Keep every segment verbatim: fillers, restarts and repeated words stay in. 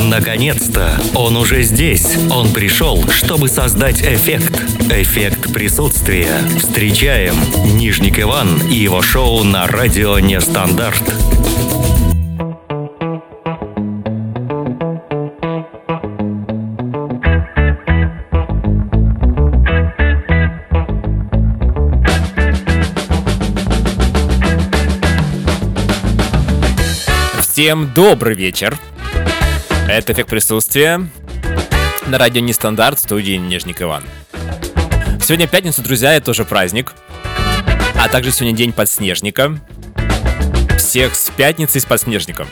Наконец-то! Он уже здесь. Он пришел, чтобы создать эффект. Эффект присутствия. Встречаем Нижник Иван и его шоу на радио Нестандарт. Всем добрый вечер. Это «Эффект присутствия» на радио Нестандарт в студии Нижник Иван. Сегодня пятница, друзья, это тоже праздник. А также сегодня день подснежника. Всех с пятницей с подснежником.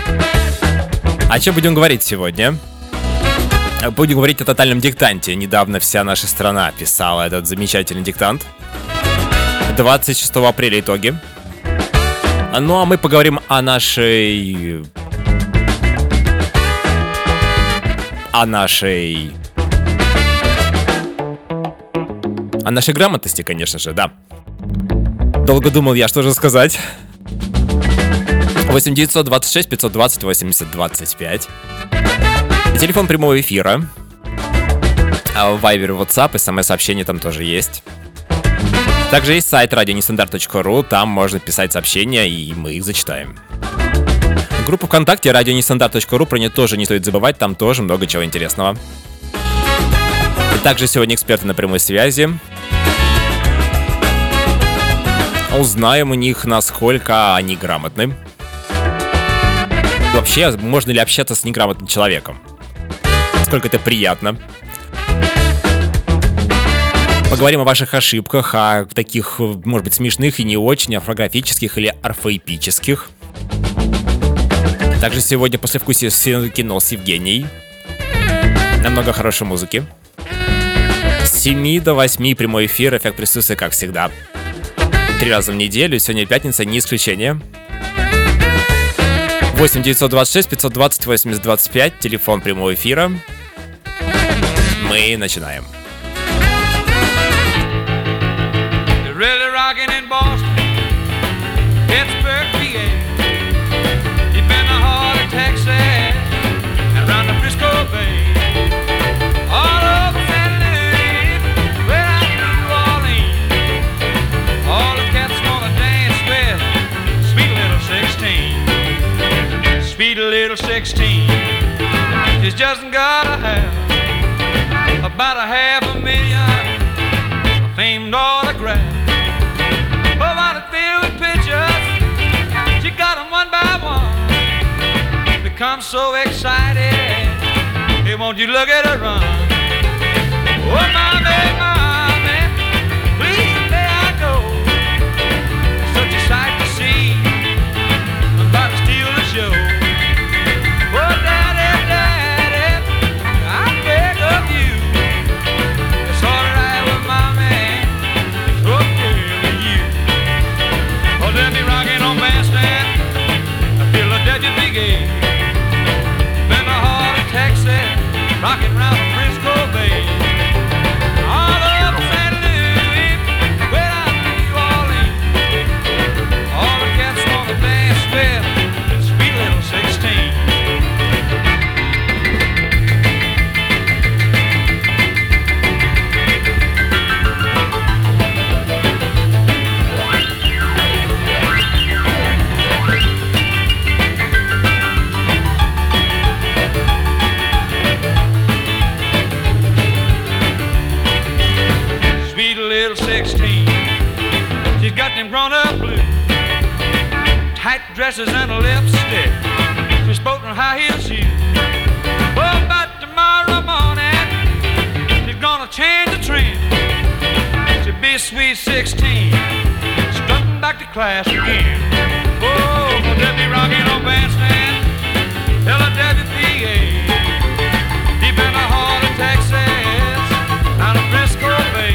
О чем будем говорить сегодня? Будем говорить о тотальном диктанте. Недавно вся наша страна писала этот замечательный диктант. двадцать шестого апреля итоги. Ну а мы поговорим о нашей... О нашей... О нашей грамотности, конечно же, да. Долго думал я, что же сказать. восемь девятьсот двадцать шесть пятьсот двадцать восемьдесят двадцать пять. Телефон прямого эфира. Вайбер, WhatsApp, смс-сообщения там тоже есть. Также есть сайт радио нестандарт точка ру, там можно писать сообщения, и мы их зачитаем. Группа ВКонтакте радио нестандарт точка ру, про нее тоже не стоит забывать, там тоже много чего интересного. И также сегодня эксперты на прямой связи. Узнаем у них, насколько они грамотны. Вообще, можно ли общаться с неграмотным человеком? Насколько это приятно. Поговорим о ваших ошибках, о таких, может быть, смешных и не очень, орфографических или орфоэпических. Также сегодня послевкусие кино с Евгенией. Намного хорошей музыки. С семи до восьми прямой эфир, эффект присутствия, как всегда. Три раза в неделю, сегодня пятница, не исключение. восемь девятьсот двадцать шесть пятьсот двадцать восемьдесят двадцать пять, телефон прямого эфира. Мы начинаем. Really rocking in Boston, Pittsburgh, P A. You've been to Harley, Texas, and around the Frisco Bay. All over Saint Louis, way out to New Orleans. All the cats wanna dance with sweet little sixteen. Sweet little sixteen. She's just gotta have about a half a million famed autographs. Filled with pictures, she got them one by one. Become so excited, hey, won't you look at her run? Oh, mommy, mommy, please, there I go. Such a sight to see, I'm about to steal the show. Oh, daddy, daddy, I beg of you, it's all right with mommy, it's okay with you. Oh, let me rockin' on bandstand, I feel like that you big A. Been to Harley, Texas, rockin' round the Frisco Bay. All over Saint Louis, way down to New Orleans. All the cats wanna dance with sweet little sixteen. sixteen. She's got them grown-up blues, tight dresses and a lipstick. She's sporting high heel shoes. Oh, but tomorrow morning she's gonna change the trend. She'll be sweet sixteen, strutting back to class again. Oh, they'll be rocking on bandstand, Philadelphia, P A. Deep in the heart of Texas, down to Frisco Bay.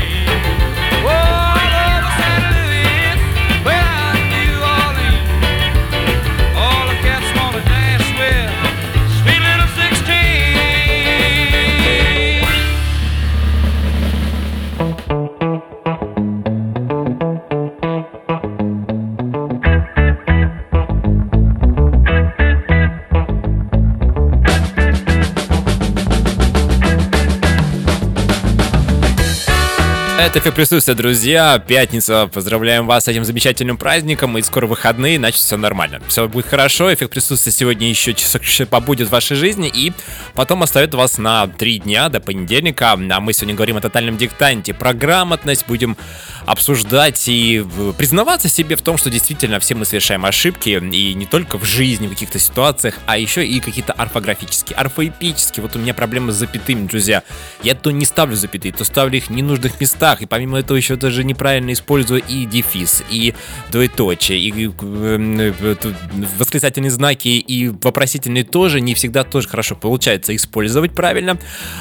Это «Эффект присутствия», друзья. Пятница. Поздравляем вас с этим замечательным праздником. И скоро выходные, значит, все нормально. Все будет хорошо. «Эффект присутствия» сегодня еще часок побудет в вашей жизни. И потом оставит вас на три дня до понедельника. А мы сегодня говорим о тотальном диктанте. Про грамотность будем обсуждать и признаваться себе в том, что действительно все мы совершаем ошибки. И не только в жизни, в каких-то ситуациях, а еще и какие-то орфографические, орфоэпические. Вот у меня проблемы с запятыми, друзья. Я то не ставлю запятые, то ставлю их в ненужных местах. И помимо этого еще даже неправильно использую и дефис, и двоеточие, и восклицательные знаки, и вопросительные тоже не всегда тоже хорошо получается использовать правильно.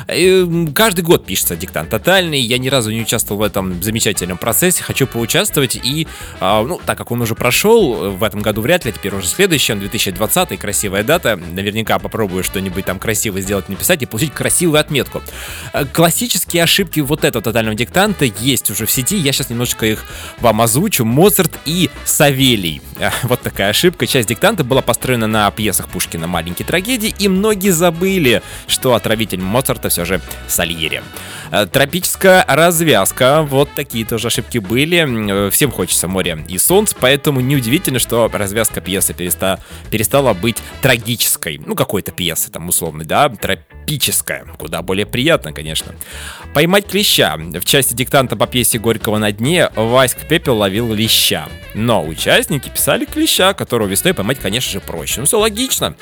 И каждый год пишется диктант тотальный. Я ни разу не участвовал в этом замечательном процессе. Хочу поучаствовать. И, ну, так как он уже прошел, в этом году вряд ли, теперь уже следующий, две тысячи двадцатый, красивая дата. Наверняка попробую что-нибудь там красиво сделать, написать и получить красивую отметку. Классические ошибки вот этого тотального диктанта есть уже в сети, я сейчас немножечко их вам озвучу. Моцарт и Савелий. Вот такая ошибка. Часть диктанта была построена на пьесах Пушкина «Маленькие трагедии», и многие забыли, что отравитель Моцарта все же Сальери. Тропическая развязка. Вот такие тоже ошибки были. Всем хочется моря и солнца, поэтому неудивительно, что развязка пьесы переста... перестала быть трагической. Ну, какой-то пьесы там условно, да, тропическая. Куда более приятно, конечно. Поймать клеща. В части диктанта по пьесе Горького «На дне» Васька Пепел ловил леща. Но участники писали клеща, которого весной поймать, конечно же, проще. Ну, все логично.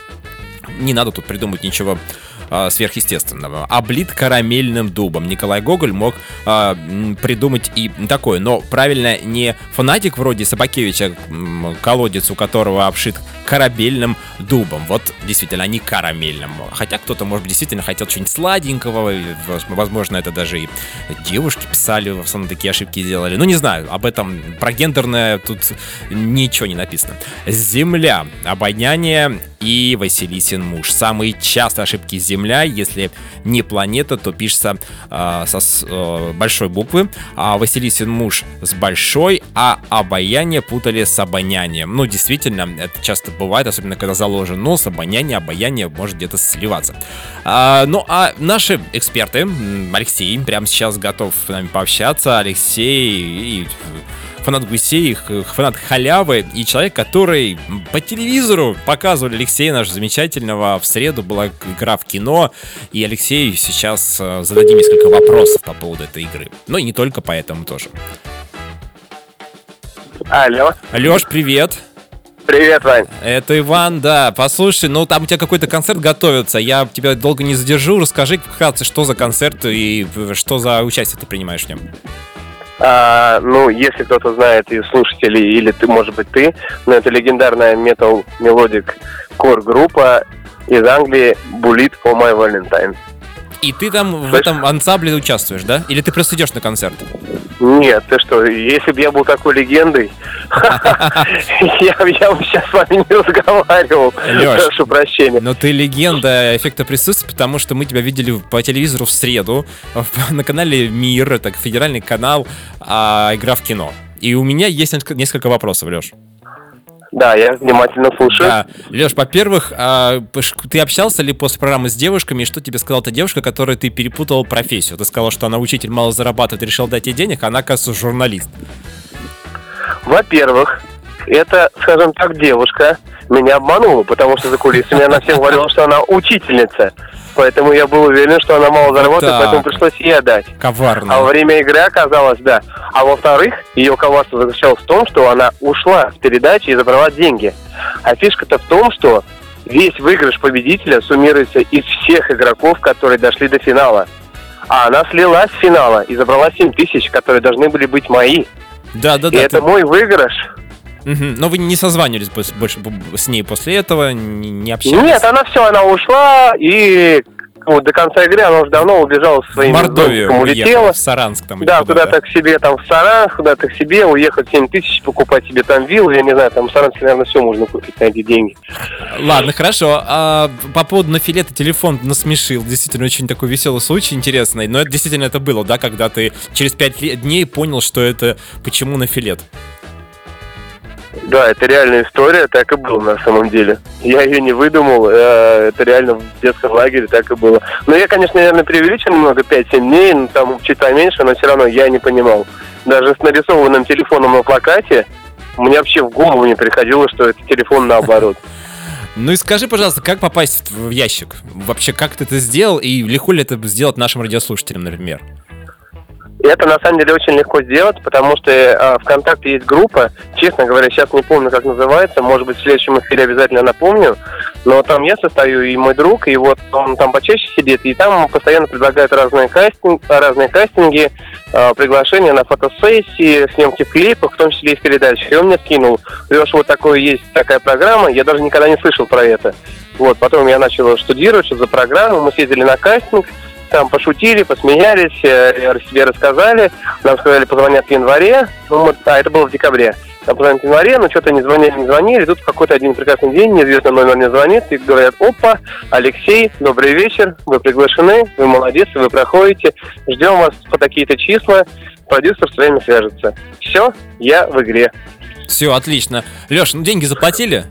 Не надо тут придумать ничего э, сверхъестественного. Облит карамельным дубом. Николай Гоголь мог э, придумать и такое. Но правильно, не фанатик вроде Собакевича, колодец у которого обшит корабельным дубом. Вот действительно, не карамельным. Хотя кто-то, может быть, действительно хотел чего-нибудь сладенького. Возможно, это даже и девушки писали, в основном такие ошибки делали. Ну, не знаю, об этом про гендерное тут ничего не написано. Земля, обоняние и Василисин муж. Самые частые ошибки Земля, если не планета, то пишется э, со с, э, большой буквы, а Василисин муж с большой, а обаяние путали с обонянием. Ну, действительно, это часто бывает, особенно когда заложен нос, обоняние, обаяние может где-то сливаться. А, ну, а наши эксперты, Алексей прямо сейчас готов с нами пообщаться. Алексей и фанат гусей, фанат халявы и человек, который по телевизору показывали Алексея нашего замечательного. В среду была игра в кино, и Алексею сейчас зададим несколько вопросов по поводу этой игры. Но и не только поэтому тоже. Алло. Лёш, привет. Привет, Вань. Это Иван, да. Послушай, ну там у тебя какой-то концерт готовится. Я тебя долго не задержу. Расскажи вкратце, что за концерт и что за участие ты принимаешь в нем. А, ну, если кто-то знает из слушателей, или ты, может быть, ты, но это легендарная метал-мелодик кор-группа из Англии Bullet for My Valentine. И ты там в этом ансамбле участвуешь, да? Или ты просто идешь на концерт? Нет, ты что, если бы я был такой легендой, я бы сейчас с вами не разговаривал. Прошу прощения. Но ты легенда «Эффекта присутствия», потому что мы тебя видели по телевизору в среду на канале «Мир», это федеральный канал, игра в кино. И у меня есть несколько вопросов, Лёш. Да, я внимательно слушаю. Да. Лёш, во-первых, ты общался ли после программы с девушками, и что тебе сказала та девушка, которой ты перепутал профессию? Ты сказал, что она учитель, мало зарабатывает, решил дать ей денег, а она, оказывается, журналист. Во-первых, это, скажем так, девушка меня обманула, потому что за кулисами она всем говорила, что она учительница. Поэтому я был уверен, что она мало зарабатывает, так. Поэтому пришлось ей отдать. Коварно. А во время игры оказалось, да. А во-вторых, ее коварство заключалось в том, что она ушла с передачи и забрала деньги. А фишка-то в том, что весь выигрыш победителя суммируется из всех игроков, которые дошли до финала. А она слилась с финала и забрала семь тысяч, которые должны были быть мои. Да, да, и да. это ты... мой выигрыш. Угу. Но вы не созванивались больше с ней после этого, не общались? Нет, она все, она ушла, и вот до конца игры она уже давно убежала со своим домиком, улетела. В Саранск там. Да, куда-то к себе там в Саранск, куда-то к себе, уехать семь тысяч, покупать себе там виллу, я не знаю, там в Саранске, наверное, все можно купить на эти деньги. Ладно, хорошо. А по поводу нафилета телефон насмешил. Действительно, очень такой веселый случай, интересный. Но это действительно это было, да, когда ты через пять дней понял, что это почему нафилет? Да, это реальная история, так и было на самом деле. Я ее не выдумал, э, это реально в детском лагере так и было. Но я, конечно, наверное, преувеличил немного, пять-семь дней, ну, там чуть поменьше, но все равно я не понимал. Даже с нарисованным телефоном на плакате мне вообще в голову не приходило, что это телефон наоборот. Ну и скажи, пожалуйста, как попасть в ящик? Вообще, как ты это сделал, и легко ли это сделать нашим радиослушателям, например? Это на самом деле очень легко сделать, потому что э, ВКонтакте есть группа, честно говоря, сейчас не помню, как называется, может быть, в следующем эфире обязательно напомню, но там я состою и мой друг, и вот он там почаще сидит, и там постоянно предлагают разные, кастинг, разные кастинги, э, приглашения на фотосессии, съемки клипов, в том числе и в передачах. И он мне скинул, Леша, вот такое есть такая программа, я даже никогда не слышал про это. Вот, потом я начал штудировать, что за программа, мы съездили на кастинг, там пошутили, посмеялись, э, себе рассказали. Нам сказали, позвонят в январе. Ну, мы, а, это было в декабре. Нам позвонят в январе, но что-то не звонили, не звонили. Тут в какой-то один прекрасный день неизвестный номер мне звонит и говорят: опа, Алексей, добрый вечер, вы приглашены, вы молодец, вы проходите. Ждем вас по такие-то числа, продюсер с вами свяжется. Все, я в игре. Все, отлично. Леш, ну деньги заплатили?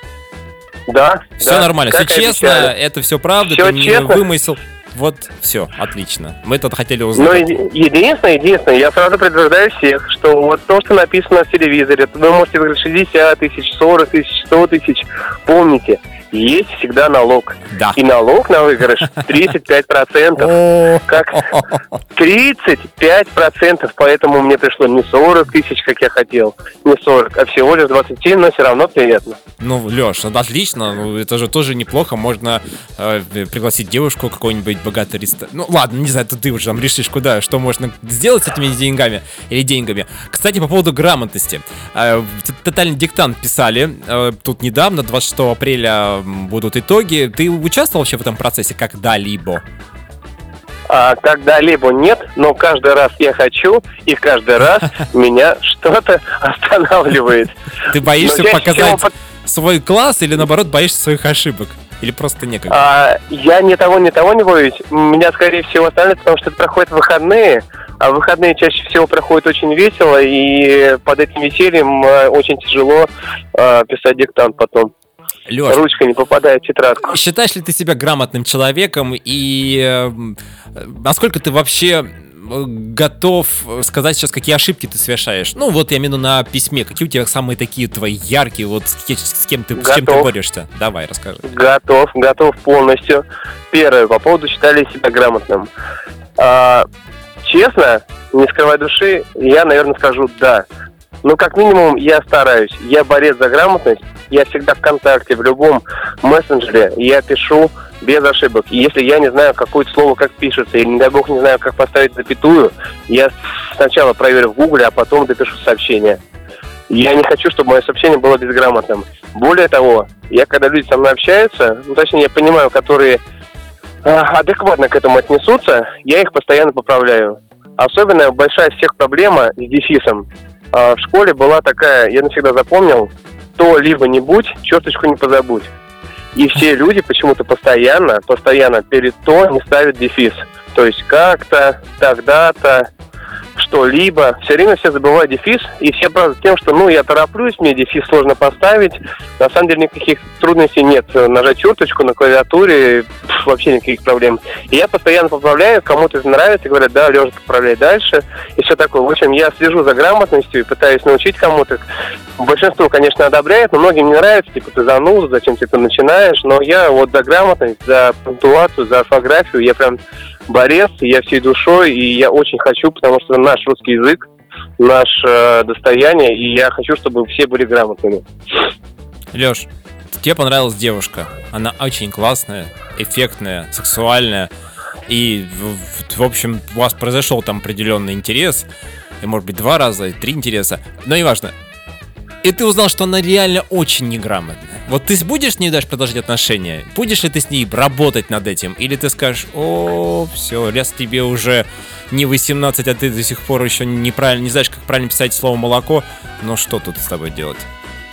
Да. Все да, нормально, все честно, обещали. Это все правда, все ты честно. Не вымысел. Вот, все, отлично. Мы тут хотели узнать. Ну, единственное, единственное, я сразу предупреждаю всех, что вот то, что написано в телевизоре, вы можете выиграть шестьдесят тысяч, сорок тысяч, сто тысяч. Помните, есть всегда налог. Да. И налог на выигрыш тридцать пять процентов. Как тридцать пять процентов, поэтому мне пришло не сорок тысяч, как я хотел, не сорок, а всего лишь двадцать семь, но все равно приятно. Ну, Леш, ну, отлично, ну, это же тоже неплохо, можно э, пригласить девушку какой-нибудь богатый ресторан. Ну, ладно, не знаю, тут ты уже там решишь, куда, что можно сделать с этими деньгами или деньгами. Кстати, по поводу грамотности. Э, тотальный диктант писали э, тут недавно, двадцать шестого апреля будут итоги. Ты участвовал вообще в этом процессе когда-либо? А, когда-либо нет, но каждый раз я хочу, и каждый раз меня что-то останавливает. Ты боишься показать свой класс или, наоборот, боишься своих ошибок? Или просто некогда? А, я ни того, ни того не боюсь. Меня, скорее всего, останавливает, потому что это проходит в выходные, а выходные чаще всего проходят очень весело, и под этим весельем очень тяжело а, писать диктант потом. Лёш, ручка не попадает в тетрадку. Считаешь ли ты себя грамотным человеком, и э, насколько ты вообще готов сказать сейчас, какие ошибки ты совершаешь? Ну, вот я имею в виду на письме. Какие у тебя самые такие твои яркие, вот с, с, кем, ты, с кем ты борешься? Давай, расскажи. Готов, готов полностью. Первое, по поводу считали себя грамотным. А, честно, не скрывая души, я, наверное, скажу да. Ну, как минимум, я стараюсь. Я борец за грамотность. Я всегда ВКонтакте, в любом мессенджере я пишу без ошибок. И если я не знаю какое-то слово, как пишется, или, не дай бог, не знаю, как поставить запятую, я сначала проверю в Гугле, а потом допишу сообщение. Я не хочу, чтобы мое сообщение было безграмотным. Более того, я, когда люди со мной общаются, ну, точнее, я понимаю, которые э, адекватно к этому отнесутся, я их постоянно поправляю. Особенно большая всех проблема с дефисом. Э, в школе была такая, я навсегда запомнил, то либо не будь, черточку не позабудь. И все люди почему-то постоянно, постоянно перед то не ставят дефис. То есть как-то, тогда-то, что-либо. Все время все забывают дефис, и все правда тем, что ну я тороплюсь, мне дефис сложно поставить. На самом деле никаких трудностей нет. Нажать черточку на клавиатуре, пф, вообще никаких проблем. И я постоянно поправляю, кому-то это нравится, и говорят, да, Лёша, поправляй дальше. И все такое. В общем, я слежу за грамотностью и пытаюсь научить кому-то. Большинство, конечно, одобряет, но многим не нравится, типа, ты зануда, зачем ты это начинаешь. Но я вот за грамотность, за пунктуацию, за орфографию, я прям борец, я всей душой, и я очень хочу, потому что наш русский язык, наше э, достояние, и я хочу, чтобы все были грамотными. Лёш, тебе понравилась девушка. Она очень классная, эффектная, сексуальная. И, в, в общем, у вас произошел там определенный интерес. И, может быть, два раза, и три интереса. Но неважно. И ты узнал, что она реально очень неграмотная. Вот ты будешь с ней дальше продолжать отношения? Будешь ли ты с ней работать над этим? Или ты скажешь, о, все, раз тебе уже не восемнадцать, а ты до сих пор еще неправильно, не знаешь, как правильно писать слово молоко, ну что тут с тобой делать?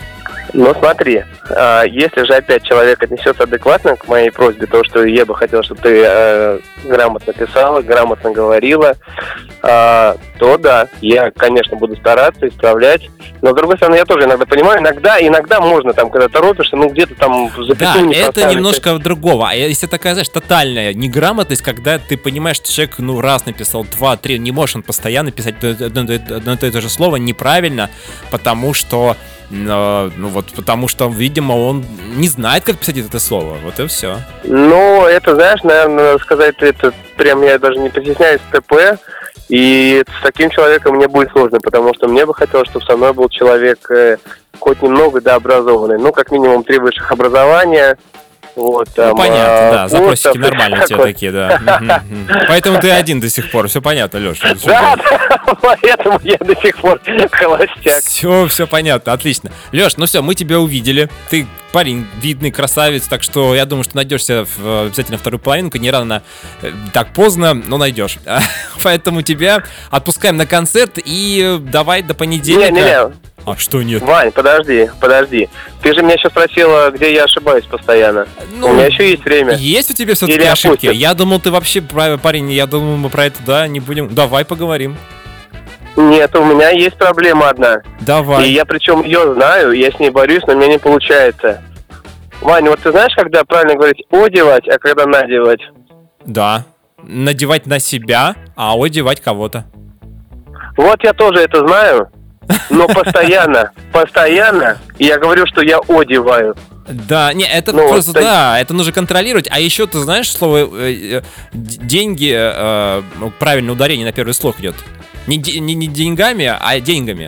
Ну, смотри, а, если же опять человек отнесется адекватно к моей просьбе, то, что я бы хотел, чтобы ты э, грамотно писала, грамотно говорила, а, то да, я, конечно, буду стараться исправлять. Но, с другой стороны, я тоже иногда понимаю, иногда, иногда можно, там, когда торопишься, ну, где-то там запятую Да, не это поставить. немножко другого. А если такая, знаешь, тотальная неграмотность, когда ты понимаешь, что человек, ну, раз написал, два, три, не можешь он постоянно писать одно, одно и то же слово неправильно, потому что, ну, вот, потому что, видимо, он не знает, как писать это слово. Вот и все. Ну, это, знаешь, наверное, надо сказать, это прям я даже не постесняюсь, ТП. И с таким человеком мне будет сложно, потому что мне бы хотелось, чтобы со мной был человек э, хоть немного, да, образованный. Ну, как минимум, три высших образования. Вот, там, Ну, понятно, да, курсов, запросики нормальные у тебя такой. такие, да. Мгм, мгм. Поэтому ты один до сих пор, все понятно, Леша. Да, да, поэтому я до сих пор холостяк. Все, все понятно, отлично. Леш, ну все, мы тебя увидели. Ты парень видный, красавец, так что я думаю, что найдешься в, обязательно вторую половинку. Не рано, э, так поздно, но найдешь. Поэтому тебя отпускаем на концерт и давай до понедельника. Не-не-не. А что нет? Вань, подожди, подожди. Ты же меня еще спросила, где я ошибаюсь постоянно. Ну, у меня еще есть время. Есть у тебя все-таки Или ошибки? опустят? Я думал, ты вообще, парень, я думал, мы про это, да, не будем. Давай поговорим. Нет, у меня есть проблема одна. Давай. И я причем ее знаю, я с ней борюсь, но у меня не получается. Ваня, вот ты знаешь, когда правильно говорить одевать, а когда надевать? Да. Надевать на себя, а одевать кого-то. Вот я тоже это знаю, но постоянно, постоянно я говорю, что я одеваю. Да, не, это Ну, просто, вот, да, это нужно контролировать. А еще ты знаешь слово э, э, деньги, э, ну, правильное ударение на первый слог идет. Не, де- не, не деньгами, а деньгами.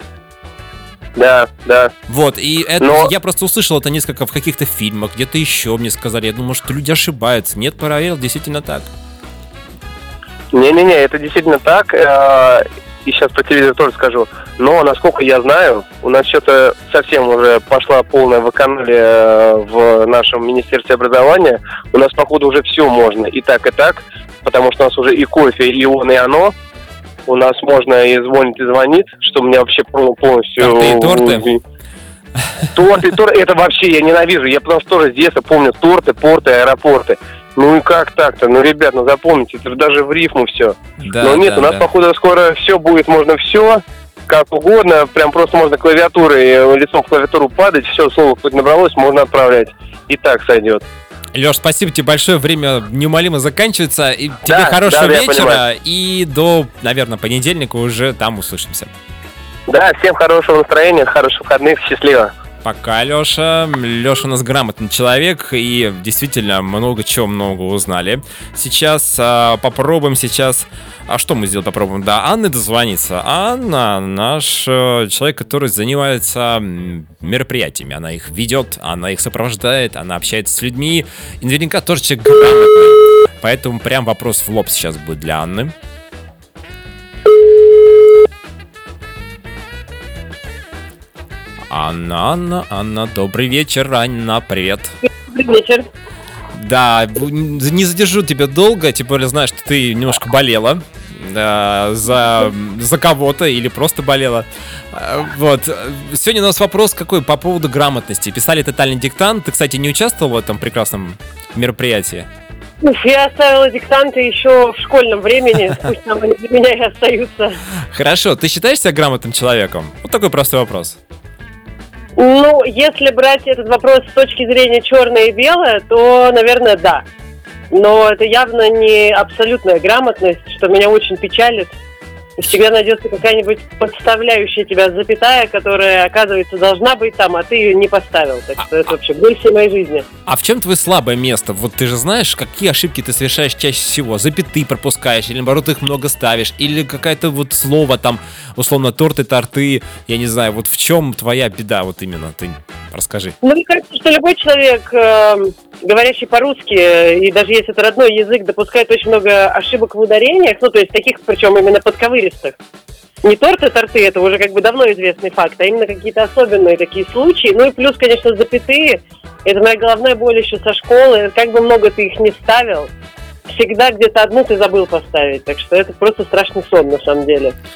Да, да. Вот, и это Но- я просто услышал это несколько в каких-то фильмах, где-то еще мне сказали. Я думал, что люди ошибаются. Нет, проверил, действительно так. Не-не-не, это действительно так. э, И сейчас по телевизору тоже скажу. Но, насколько я знаю, у нас что-то совсем уже пошла полная вакханалия в нашем Министерстве образования. У нас, походу, уже все можно и так, и так. Потому что у нас уже и кофе, и он, и оно. У нас можно и звонить, и звонить, что у меня вообще пол- полностью... Торты и торты? Торты, торты, это вообще я ненавижу. Я потому что тоже с детства помню торты, порты, аэропорты. Ну и как так-то? Ну, ребят, ну запомните, это же даже в рифму все. Да, Но нет, да, у нас, да. походу, скоро все будет, можно все, как угодно, прям просто можно клавиатурой, э, лицом в клавиатуру падать, все, слово хоть набралось, можно отправлять. И так сойдет. Леш, спасибо тебе большое. Время неумолимо заканчивается. И тебе Да, хорошего да, я вечера. понимаю. И до, наверное, понедельника уже там услышимся. Да, всем хорошего настроения, хороших выходных, счастливо. Пока, Леша. Леша у нас грамотный человек, и действительно много чего много узнали. Сейчас а, попробуем сейчас... А что мы сделаем? Попробуем до Анны дозвониться. Анна наш э, человек, который занимается м, мероприятиями. Она их ведет, она их сопровождает, она общается с людьми. И наверняка тоже человек грамотный. Поэтому прям вопрос в лоб сейчас будет для Анны. Анна, Анна, Анна, добрый вечер, Анна, привет. Добрый вечер. Да, не задержу тебя долго, тем более знаю, что ты немножко болела да, за, за кого-то или просто болела. Вот. Сегодня у нас вопрос какой по поводу грамотности. Писали тотальный диктант. Ты, кстати, не участвовал в этом прекрасном мероприятии? Я оставила диктанты еще в школьном времени, пусть там они для меня и остаются. Хорошо, ты считаешь себя грамотным человеком? Вот такой простой вопрос. Ну, если брать этот вопрос с точки зрения черное и белое, то, наверное, да. Но это явно не абсолютная грамотность, что меня очень печалит. Всегда найдется какая-нибудь подставляющая тебя запятая, которая, оказывается, должна быть там, а ты ее не поставил. Так что это вообще боль всей моей жизни. А в чем твое слабое место? Вот ты же знаешь, какие ошибки ты совершаешь чаще всего. Запятые пропускаешь, или наоборот их много ставишь, или какое-то вот слово там, условно, торты, торты, я не знаю, вот в чем твоя беда вот именно, ты расскажи. Ну, мне кажется, что любой человек, э, говорящий по-русски, и даже если это родной язык, допускает очень много ошибок в ударениях, ну, то есть таких, причем именно подковыристых. Не торты, торты, это уже как бы давно известный факт, а именно какие-то особенные такие случаи. Ну и плюс, конечно, запятые. Это моя головная боль еще со школы. Как бы много ты их не ставил, всегда где-то одну ты забыл поставить. Так что это просто страшный сон на самом деле.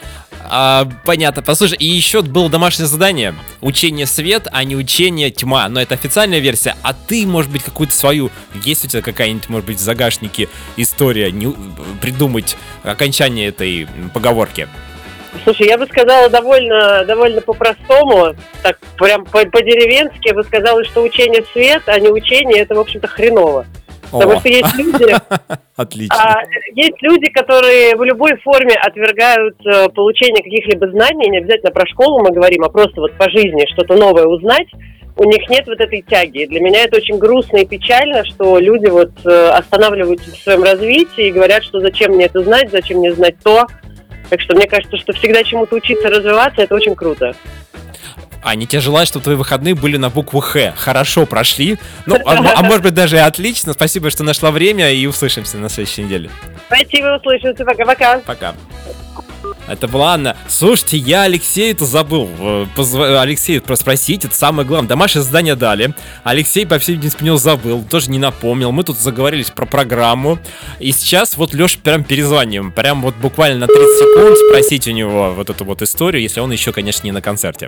А, понятно. Послушай, и еще было домашнее задание. Учение свет, а не учение тьма. Но это официальная версия. А ты, может быть, какую-то свою... Есть у тебя какая-нибудь, может быть, в загашнике история не... придумать окончание этой поговорки? Слушай, я бы сказала довольно, довольно по-простому, так прям по- по-деревенски, я бы сказала, что учение свет, а не учение, это, в общем-то, хреново. Потому О. что есть люди, Отлично. а, есть люди, которые в любой форме отвергают э, получение каких-либо знаний, не обязательно про школу мы говорим, а просто вот по жизни что-то новое узнать. У них нет вот этой тяги. Для меня это очень грустно и печально, что люди вот э, останавливаются в своем развитии и говорят, что зачем мне это знать, зачем мне знать то. Так что мне кажется, что всегда чему-то учиться, развиваться, это очень круто. Аня, тебе желаю, чтобы твои выходные были на букву Х. Хорошо прошли. Ну, а, а может быть, даже и отлично. Спасибо, что нашла время, и услышимся на следующей неделе. Спасибо, услышимся. Пока-пока. Пока. Это была Анна. Слушайте, я Алексею-то забыл. Позв... Алексей, просто спросить, это самое главное. Домашнее задание дали. Алексей, по всей видимости, мне забыл, тоже не напомнил. Мы тут заговорились про программу. И сейчас вот Лёш прям перезвоним. Прям вот буквально на тридцать секунд спросить у него вот эту вот историю, если он еще, конечно, не на концерте.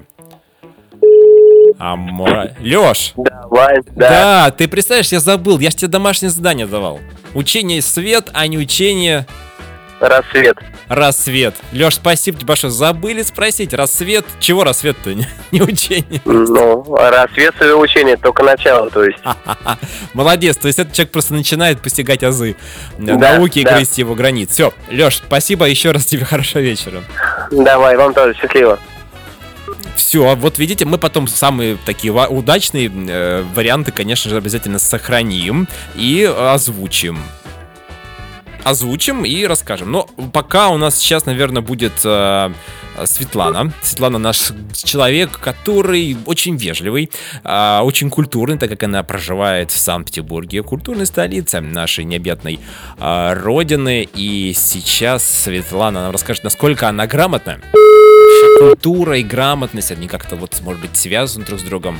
А мо... Лёш! Давай, да. Да, ты представляешь, я забыл. Я же тебе домашнее задание давал. Учение свет, а не учение... Рассвет. Рассвет. Лёш, спасибо тебе большое. Забыли спросить. Рассвет. Чего рассвет-то? Не, не учение. Ну, рассвет своего учения, только начало, то есть. Молодец. То есть этот человек просто начинает постигать азы Да, науки и да. грызть его границ. Все, Лёш, спасибо еще раз тебе. Хорошего вечера. Давай, вам тоже счастливо. Все, вот видите, мы потом самые такие ва- удачные э, варианты, конечно же, обязательно сохраним и озвучим. Озвучим и расскажем. Но пока у нас сейчас, наверное, будет э, Светлана. Светлана наш человек, который очень вежливый, э, очень культурный, так как она проживает в Санкт-Петербурге, культурной столице нашей необъятной э, родины. И сейчас Светлана нам расскажет, насколько она грамотна. Вообще культура и грамотность, они как-то вот, может быть, связаны друг с другом.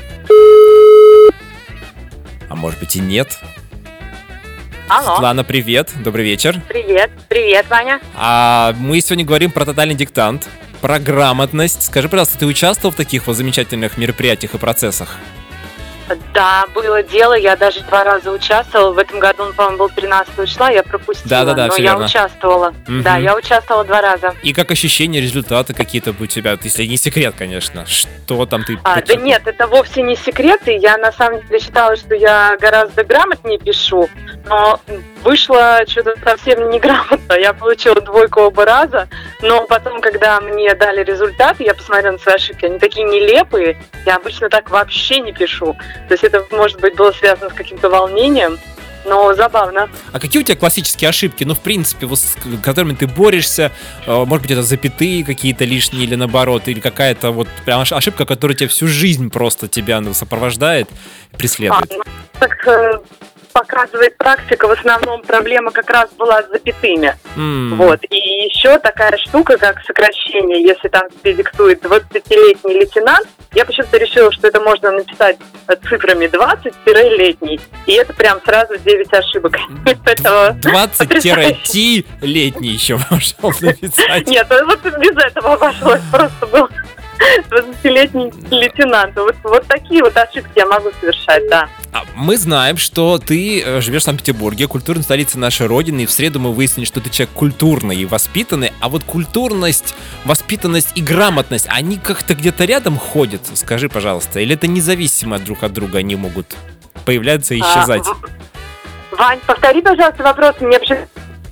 А может быть и нет. Алло. Светлана, привет, добрый вечер. Привет, привет, Ваня. А мы сегодня говорим про тотальный диктант, про грамотность. Скажи, пожалуйста, ты участвовал в таких вот замечательных мероприятиях и процессах? Да, было дело, я даже два раза участвовала. В этом году, он, по-моему, был тринадцатого числа, я пропустила. Да-да-да, но всё я верно. участвовала. Мгм. Да, я участвовала два раза. И как ощущения, результаты какие-то у тебя, если не секрет, конечно, что там ты... А, да нет, это вовсе не секреты. Я на самом деле считала, что я гораздо грамотнее пишу, но вышло что-то совсем неграмотно. Я получила двойку оба раза, но потом, когда мне дали результаты, я посмотрела на свои ошибки, они такие нелепые. Я обычно так вообще не пишу. То есть это, может быть, было связано с каким-то волнением, но забавно. А какие у тебя классические ошибки, ну, в принципе, вот с которыми ты борешься? Э, Может быть, это запятые какие-то лишние или наоборот, или какая-то вот прям ош- ошибка, которая тебя всю жизнь просто тебя ну, сопровождает, преследует? А, ну, так э, показывает практика, в основном проблема как раз была с запятыми. М. Вот. И еще такая штука, как сокращение, если там тебе диктует двадцатилетний лейтенант, я почему-то решила, что это можно написать цифрами двадцать-летний, и это прям сразу девять ошибок. Поэтому двадцать-ти летний еще можно написать. Нет, вот без этого обошлось, просто был двадцатилетний лейтенант. Вот, вот такие вот ошибки я могу совершать, да. А мы знаем, что ты э, живешь в Санкт-Петербурге, культурной столице нашей родины, и в среду мы выяснили, что ты человек культурный и воспитанный, а вот культурность, воспитанность и грамотность, они как-то где-то рядом ходят, скажи, пожалуйста, или это независимо друг от друга, они могут появляться и исчезать? А, в- Вань, повтори, пожалуйста, вопрос, мне вообще...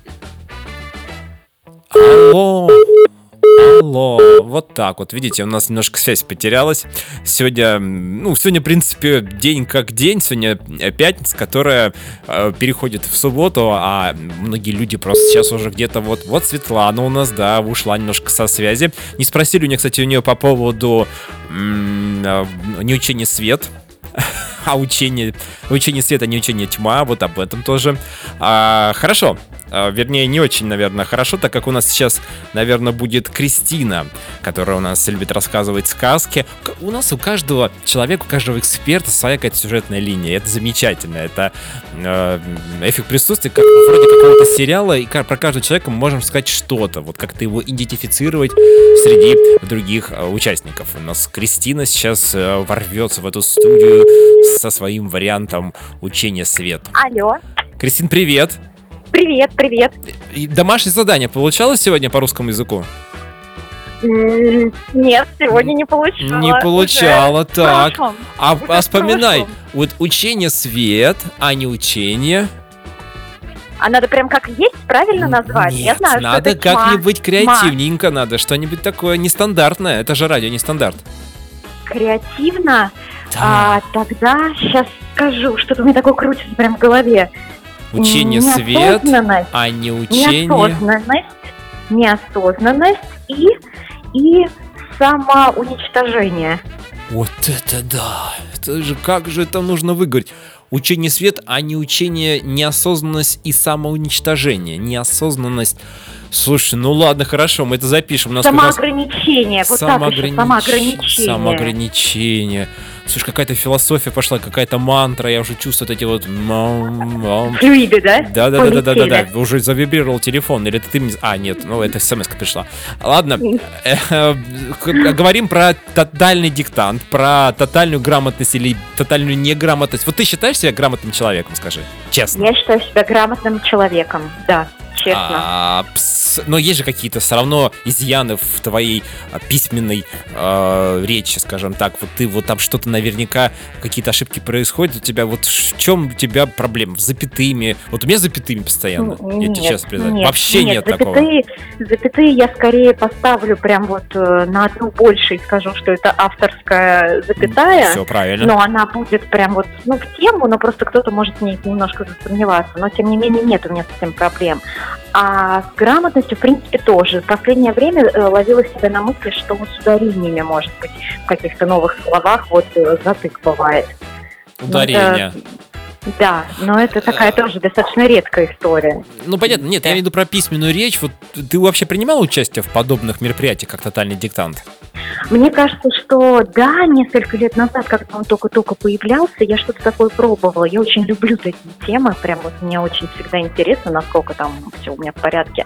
Алло, алло, вот так вот, видите, у нас немножко связь потерялась. Сегодня, ну, сегодня, в принципе, день как день, сегодня пятница, которая э, переходит в субботу, а многие люди просто сейчас уже где-то вот, вот Светлана у нас, да, ушла немножко со связи. Не спросили у нее, кстати, у нее по поводу м- э, не учения свет, а учение, учение света, не учение тьма, вот об этом тоже. А, хорошо. А, вернее, не очень, наверное, хорошо, так как у нас сейчас, наверное, будет Кристина, которая у нас любит рассказывать сказки. К- У нас у каждого человека, у каждого эксперта своя какая-то сюжетная линия. Это замечательно. Это э, эффект присутствия, как вроде какого-то сериала, и ка- про каждого человека мы можем сказать что-то. Вот как-то его идентифицировать среди других э, участников. У нас Кристина сейчас э, ворвется в эту студию со своим вариантом учения свет. Алло. Кристин, привет! Привет, привет. И домашнее задание получалось сегодня по русскому языку? М, Нет, сегодня не получала. Не получала, Уже в так. прошлом. А, Уже а в вспоминай, прошлом. вот учение свет, а не учение. А надо прям как есть правильно назвать? Нет, Я знаю, что надо это тьма. как-нибудь креативненько, надо что-нибудь такое нестандартное. Это же радио нестандарт. Креативно? Да. А, тогда сейчас скажу, что-то у меня такое крутится прям в голове. Учение свет, Неосознанность, а не учение. неосознанность, неосознанность и, и самоуничтожение. Вот это да! Это же как же это нужно выговорить? Учение свет, а не учение неосознанность и самоуничтожение. Неосознанность. Слушай, ну ладно, хорошо, мы это запишем. У нас как раз Самоограничение. Вот так еще, самоогранич- самоограничение. Самоограничение. Слушай, какая-то философия пошла, какая-то мантра. Я уже чувствую вот эти вот... мам, мам. Флюиды, да? Да, да, да, да, да, да, Полетели. да. Уже завибрировал телефон. Или это ты мне. А, нет, ну это смс-ка пришла. Ладно. Э, э, г- Говорим про тотальный диктант, про тотальную грамотность или тотальную неграмотность. Вот ты считаешь себя грамотным человеком, скажи? Честно. Я считаю себя грамотным человеком, да, честно. А, пс- но есть же какие-то все равно изъяны в твоей а, письменной а, речи, скажем так. Вот ты вот там что-то наверняка, какие-то ошибки происходят у тебя. Вот в чем у тебя проблема? С запятыми? Вот у меня с запятыми постоянно. Я тебе честно признаюсь. нет, Вообще нет, такого. запятые, запятые я скорее поставлю прям вот э, на одну больше и скажу, что это авторская запятая. Все правильно. Но она будет прям вот, ну, в тему, но просто кто-то может в ней немножко засомневаться. Но, тем не менее, нет у меня с этим проблем. А с грамотностью, в принципе, тоже. В последнее время э, ловила себя на мысли, что вот с ударениями, может быть, в каких-то новых словах вот э, затык бывает. Ну, Ударение. это- Да, но это такая тоже достаточно редкая история. Ну, понятно, нет, я имею в виду про письменную речь. Вот ты вообще принимал участие в подобных мероприятиях, как тотальный диктант? Мне кажется, что да, несколько лет назад, когда он только-только появлялся, я что-то такое пробовала. Я очень люблю такие темы, прям вот мне очень всегда интересно, насколько там все у меня в порядке.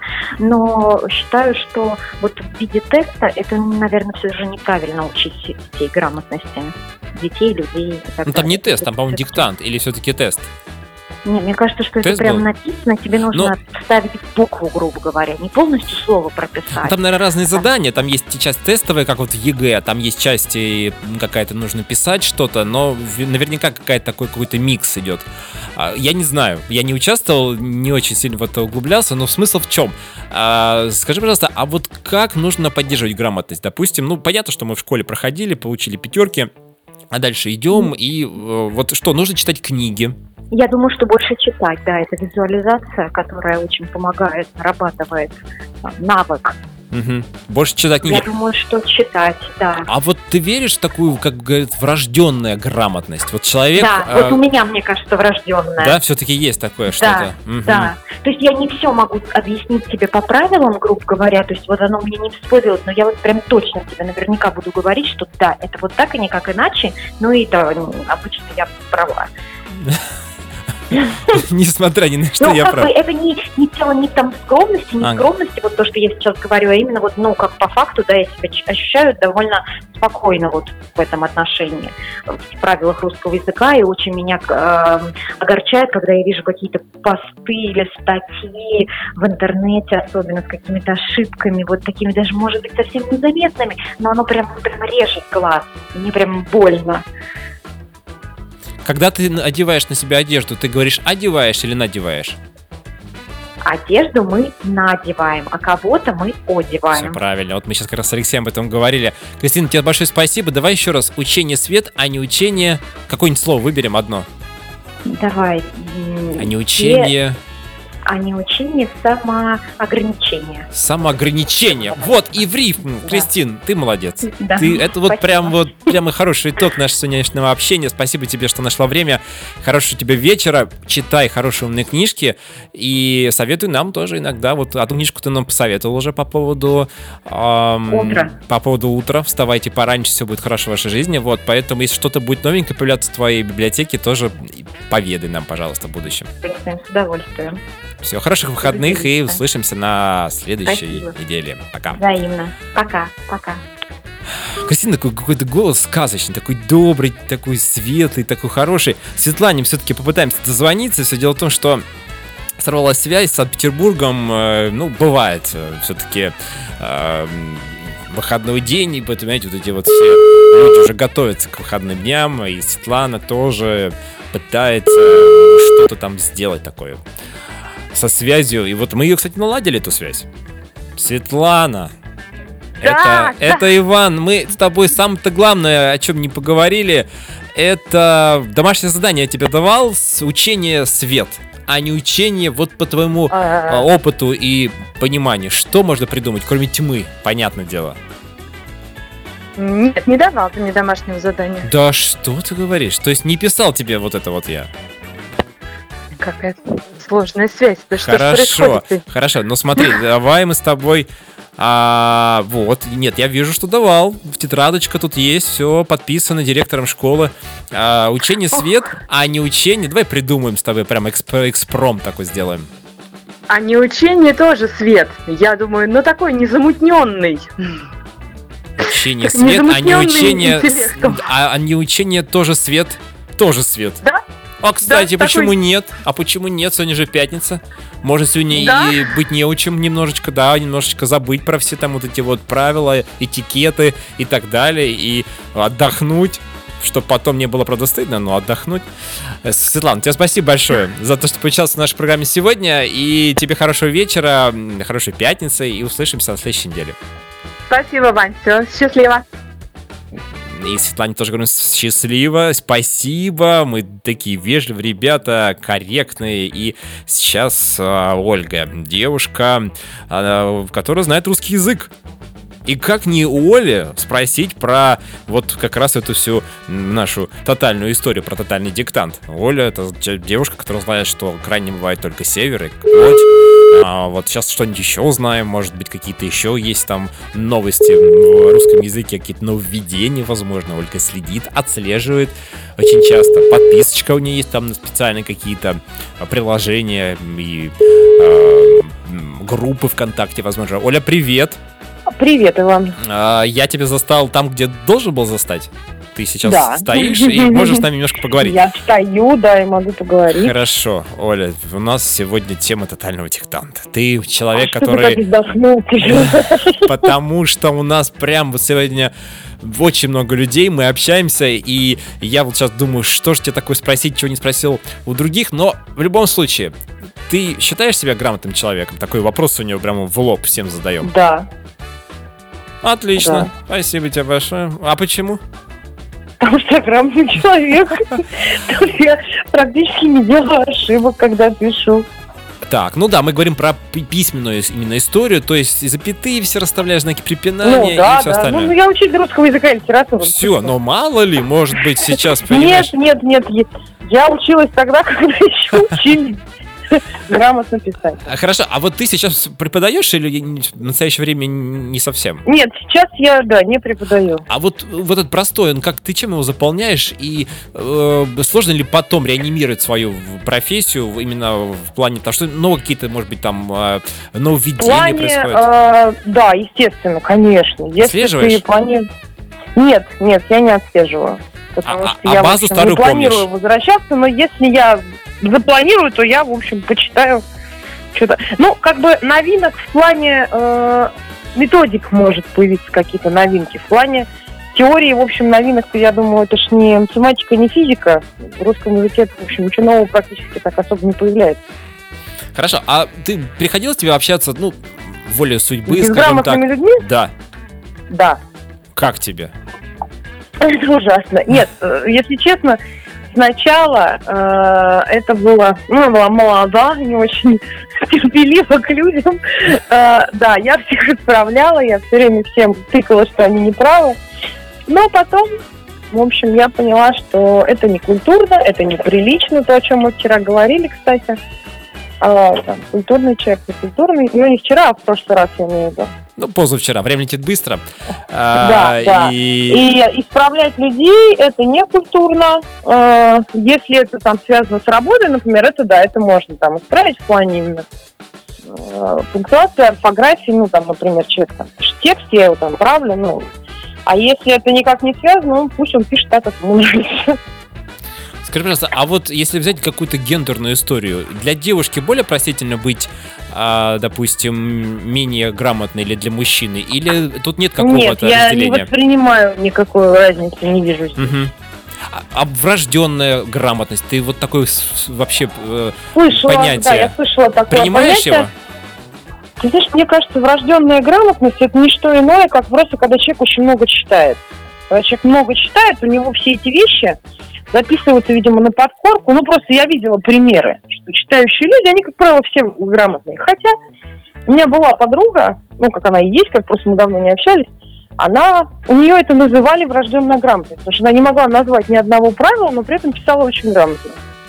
Но считаю, что вот в виде теста это, наверное, все же неправильно учить детей грамотности. Детей, людей. и так Ну, там не далее. тест, там, по-моему, диктант. Или все-таки тест? Не, мне кажется, что это Тест прям был? написано, тебе нужно вставить букву, грубо говоря, не полностью слово Ну, прописать. там, наверное, разные задания. Там есть часть тестовая, как вот в ЕГЭ, а там есть часть и какая-то нужно писать что-то, но в- наверняка какая-то такой какой-то микс идет. А, Я не знаю, я не участвовал, не очень сильно в это углублялся, но смысл в чем? А, Скажи, пожалуйста, а вот как нужно поддерживать грамотность? Допустим, ну, понятно, что мы в школе проходили, получили пятерки, а дальше идем, и э, вот что, нужно читать книги. Я думаю, что больше читать, да, это визуализация, которая очень помогает, нарабатывает а, навык. Мгм. Больше читать книги. Я думаю, что читать, да. А вот ты веришь в такую, как говорят, врожденная грамотность? Вот человек... Да, э, вот у меня, мне кажется, врожденная. Да, все-таки есть такое Да, что-то. Мгм. да. То есть я не все могу объяснить тебе по правилам, грубо говоря, то есть вот оно мне не всплывет, но я вот прям точно тебе наверняка буду говорить, что да, это вот так и никак иначе, ну и да, м, обычно я права. Несмотря ни на что, Ну, я как прав. бы это не, не дело не там скромности, не А. скромности, вот то, что я сейчас говорю, а именно вот, ну, как по факту, да, я себя ч- ощущаю довольно спокойно вот в этом отношении, в правилах русского языка, и очень меня э, огорчает, когда я вижу какие-то посты или статьи в интернете, особенно с какими-то ошибками, вот такими даже, может быть, совсем незаметными, но оно прям, прям режет глаз, и мне прям больно. Когда ты одеваешь на себя одежду, ты говоришь одеваешь или надеваешь? Одежду мы надеваем, а кого-то мы Все одеваем. правильно. Вот мы сейчас как раз с Алексеем об этом говорили. Кристина, тебе большое спасибо. Давай еще раз. Учение свет, а не учение... Какое-нибудь слово выберем одно. Давай. м, А не учение... а не учение самоограничения. Самоограничение. Вот, и в рифму. Да. Кристин, ты молодец. Да. Ты, это вот Спасибо. прям вот прямо хороший итог нашего сегодняшнего общения. Спасибо тебе, что нашла время. Хорошего тебе вечера. Читай хорошие умные книжки. И советуй нам тоже иногда. Вот одну книжку ты нам посоветовал уже по поводу... эм, Утра. По поводу утра. Вставайте пораньше, все будет хорошо в вашей жизни. Вот, поэтому если что-то будет новенькое появляться в твоей библиотеке, тоже поведай нам, пожалуйста, в будущем. С удовольствием. Все, хороших выходных и услышимся на следующей Спасибо. неделе. Пока. Взаимно. Пока. Пока. Кристина, такой какой-то голос сказочный, такой добрый, такой светлый, такой хороший. Светлане все-таки попытаемся дозвониться. Все дело в том, что сорвалась связь с Санкт-Петербургом. э, Ну, бывает все-таки выходной день, и поэтому, знаете, вот эти вот все люди уже готовятся к выходным дням, и Светлана тоже пытается что-то там сделать такое со связью. И вот мы ее, кстати, наладили, эту связь. Светлана, Да, это, да. это Иван. Мы с тобой самое-то главное, о чем не поговорили, это домашнее задание я тебе давал, с учение свет, а не учение вот по твоему а, опыту и пониманию. Что можно придумать, кроме тьмы, понятное дело. Нет, не давал ты мне домашнего задания. Да что ты говоришь? То есть не писал тебе вот это вот я? Какая сложная связь. Да что ж Хорошо, происходит-то? хорошо. Но смотри, давай мы с тобой... А, вот, нет, я вижу, что давал. Тетрадочка тут есть, все подписано директором школы. А, учение свет, а не учение. Давай придумаем с тобой прям эксп- экспром такой сделаем. А не учение тоже свет. Я думаю, ну такой незамутненный. Учение Как свет, а не незамутненный учение... с- интеллектом. А, а не учение тоже свет. Тоже свет. Да? А, кстати, Да, почему такой- нет? А почему нет? Сегодня же пятница. Может, сегодня Да? и быть неучим немножечко, да, немножечко забыть про все там вот эти вот правила, этикеты и так далее, и отдохнуть, чтобы потом не было, правда, стыдно, но отдохнуть. Э, Светлана, тебе спасибо большое за то, что поучаствовал в нашей программе сегодня, и тебе хорошего вечера, м, хорошей пятницы, и услышимся на следующей неделе. Спасибо, Вань. Все, счастливо. И Светлане тоже говорю счастливо, спасибо, мы такие вежливые ребята, корректные. И сейчас а, Ольга, девушка, а, которая знает русский язык. И как не у Оли спросить про вот как раз эту всю нашу тотальную историю, про тотальный диктант. Оля — это девушка, которая знает, что крайне бывает только север и плоть. А вот сейчас что-нибудь еще узнаем, может быть, какие-то еще есть там новости в русском языке, какие-то нововведения, возможно. Ольга следит, отслеживает очень часто. Подписочка у нее есть там на специальные какие-то приложения и э, группы ВКонтакте, возможно. Оля, привет! Привет, Иван. А, я тебя застал там, где должен был застать. Ты сейчас Да. стоишь и можешь с нами немножко поговорить. Я встаю, да, и могу поговорить. Хорошо, Оля, у нас сегодня тема тотального диктанта. Ты человек, А что ты который... так вздохнул? Ты же- Потому что у нас прям вот сегодня очень много людей, мы общаемся, и я вот сейчас думаю, что же тебе такое спросить, чего не спросил у других, но в любом случае, ты считаешь себя грамотным человеком? Такой вопрос у него прямо в лоб всем задаем. Да, Отлично, Да. спасибо тебе большое. А почему? потому что я грамотный человек. Потому что я практически не делаю ошибок, когда пишу. Так, ну да, мы говорим про пи- письменную ис- именно историю, то есть запятые все расставляешь, знаки Ну препинания да, и все да. Ну, остальное. ну, я учитель русского языка и литературы. Все, но мало ли, может быть, сейчас, понимаешь... Нет, нет, нет. я- Я училась тогда, когда еще учили грамотно писать. А, Хорошо, а вот ты сейчас преподаешь или не- в настоящее время не совсем? Нет, сейчас я, да, не преподаю. А вот, вот этот простой, он как ты чем его заполняешь, и э, сложно ли потом реанимировать свою в- профессию в- именно в плане того, что ну какие-то, может быть, там э, В нововведения плане, происходят? э, да, естественно, конечно. Если Отслеживаешь? ты плани- Нет, нет, я не отслеживаю. Потому А- что а- я, а в базу общем, старую не планирую помнишь? возвращаться, но если я запланирую, то я, в общем, почитаю что-то. Ну, как бы новинок в плане э, методик может появиться какие-то новинки. В плане теории, в общем, новинок, я думаю, это ж не математика, не физика. В русском языке, в общем, ничего нового практически так особо не появляется. Хорошо, а ты приходилось тебе общаться, ну, волей судьбы, С скажем так? безграмотными людьми? Да. Да. Как тебе? Это ужасно. Нет, э, если честно, сначала э, это было, ну, я была молода, не очень терпелива к людям. Э, да, я всех исправляла, я все время всем тыкала, что они неправы. Но потом, в общем, я поняла, что это не культурно, это неприлично, то, о чем мы вчера говорили, кстати. А, там, культурный человек, не культурный. Ну, не вчера, а в прошлый раз, я имею в виду. Ну, позавчера. Время летит быстро. Да, а, да. И... И исправлять людей это не культурно. Э, Если это там связано с работой, например, это да, это можно там исправить в плане именно э, пунктуации, орфографии, ну, там, например, человек там пишет текст, я его там правлю, ну. А если это никак не связано, ну, пусть он пишет так, как ему нравится. Скажи, пожалуйста, а вот если взять какую-то гендерную историю, для девушки более простительно быть, а, допустим, менее грамотной или для мужчины? Или тут нет какого-то Нет, я разделения? не воспринимаю никакой разницы, не вижу здесь. Угу. А, а врожденная грамотность, ты вот такой с- вообще э, Слышала, понятие да, я слышала такое принимаешь понятие. его? Ты знаешь, мне кажется, врожденная грамотность это не что иное, как просто когда человек очень много читает. Когда человек много читает, у него все эти вещи записываются, видимо, на подкорку. Ну, просто я видела примеры, что читающие люди, они, как правило, все грамотные. Хотя у меня была подруга, ну, как она и есть, как просто мы давно не общались, она, у нее это называли врожденная грамотность, потому что она не могла назвать ни одного правила, но при этом писала очень грамотно.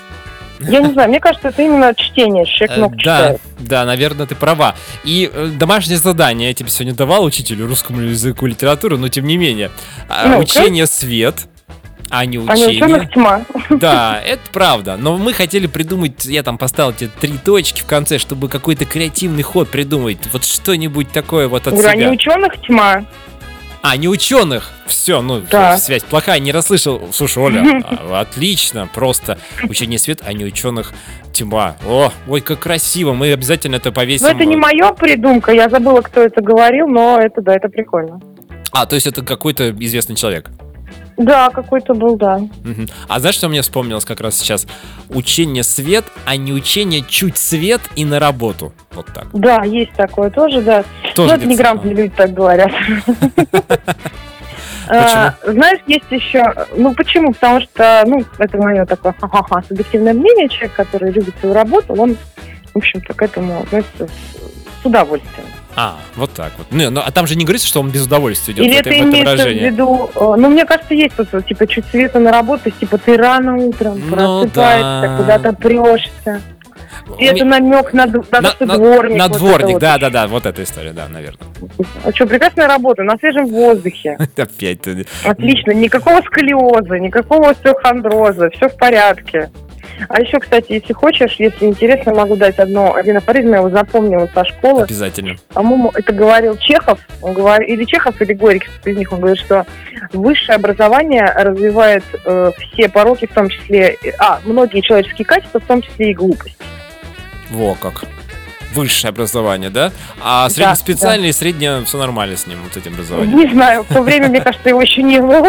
Я не знаю, мне кажется, это именно чтение, что человек много Э, читает. Да, да, наверное, ты права. И э, домашнее задание я тебе сегодня давал, учителю русскому языку и литературы, но тем не менее. А, Ну-ка. Учение свет, а не А не ученых учение. тьма. Да, это правда. Но мы хотели придумать, я там поставил тебе три точки в конце, чтобы какой-то креативный ход придумать. Вот что-нибудь такое вот от Говорю, а не себя. ученых тьма. А, не ученых. Все, ну, Да. связь плохая, не расслышал. Слушай, Оля, а, отлично, просто учение свет, а не ученых тьма. О, ой, как красиво, мы обязательно это повесим. Ну, это не моя придумка, я забыла, кто это говорил, но это, да, это прикольно. А, то есть это какой-то известный человек. Да, какой-то был, да. Мгм. А знаешь, что мне вспомнилось как раз сейчас? Учение свет, а не учение чуть свет и на работу. Вот так. Да, есть такое тоже, да. Тоже Ну, это где-то неграмотные люди так говорят. А, Знаешь, есть еще... Ну, почему? Потому что, ну, это мое такое ха-ха-ха субъективное мнение. Человек, который любит свою работу, он, в общем-то, к этому относится с, с удовольствием. А, вот так вот. Ну, ну, а там же не говорится, что он без удовольствия идет Или в это это, в это имеется в выражение. виду... э, Ну, мне кажется, есть тут, вот, типа, чуть света на работу, то есть, типа, ты рано утром Ну, просыпаешься, да. куда-то прешься. У И это ме- намек на, д- на, на, то, что на- дворник. на вот дворник, это вот. да, да, да, вот эта история, да, наверное. А что, прекрасная работа, на свежем воздухе. Опять ты. Отлично, никакого сколиоза, никакого остеохондроза, все в порядке. А еще, кстати, если хочешь, если интересно, могу дать одно, один афоризм, я его запомнила со школы. Обязательно. По-моему, это говорил Чехов, он говорит, или Чехов, или Горький, кто из них, он говорит, что высшее образование развивает э, все пороки, в том числе, а, многие человеческие качества, в том числе и глупость. Во как. Высшее образование, да? А Да, среднеспециальное и среднее все нормально с ним, вот этим образованием. Не знаю, в то время, мне кажется, его еще не было.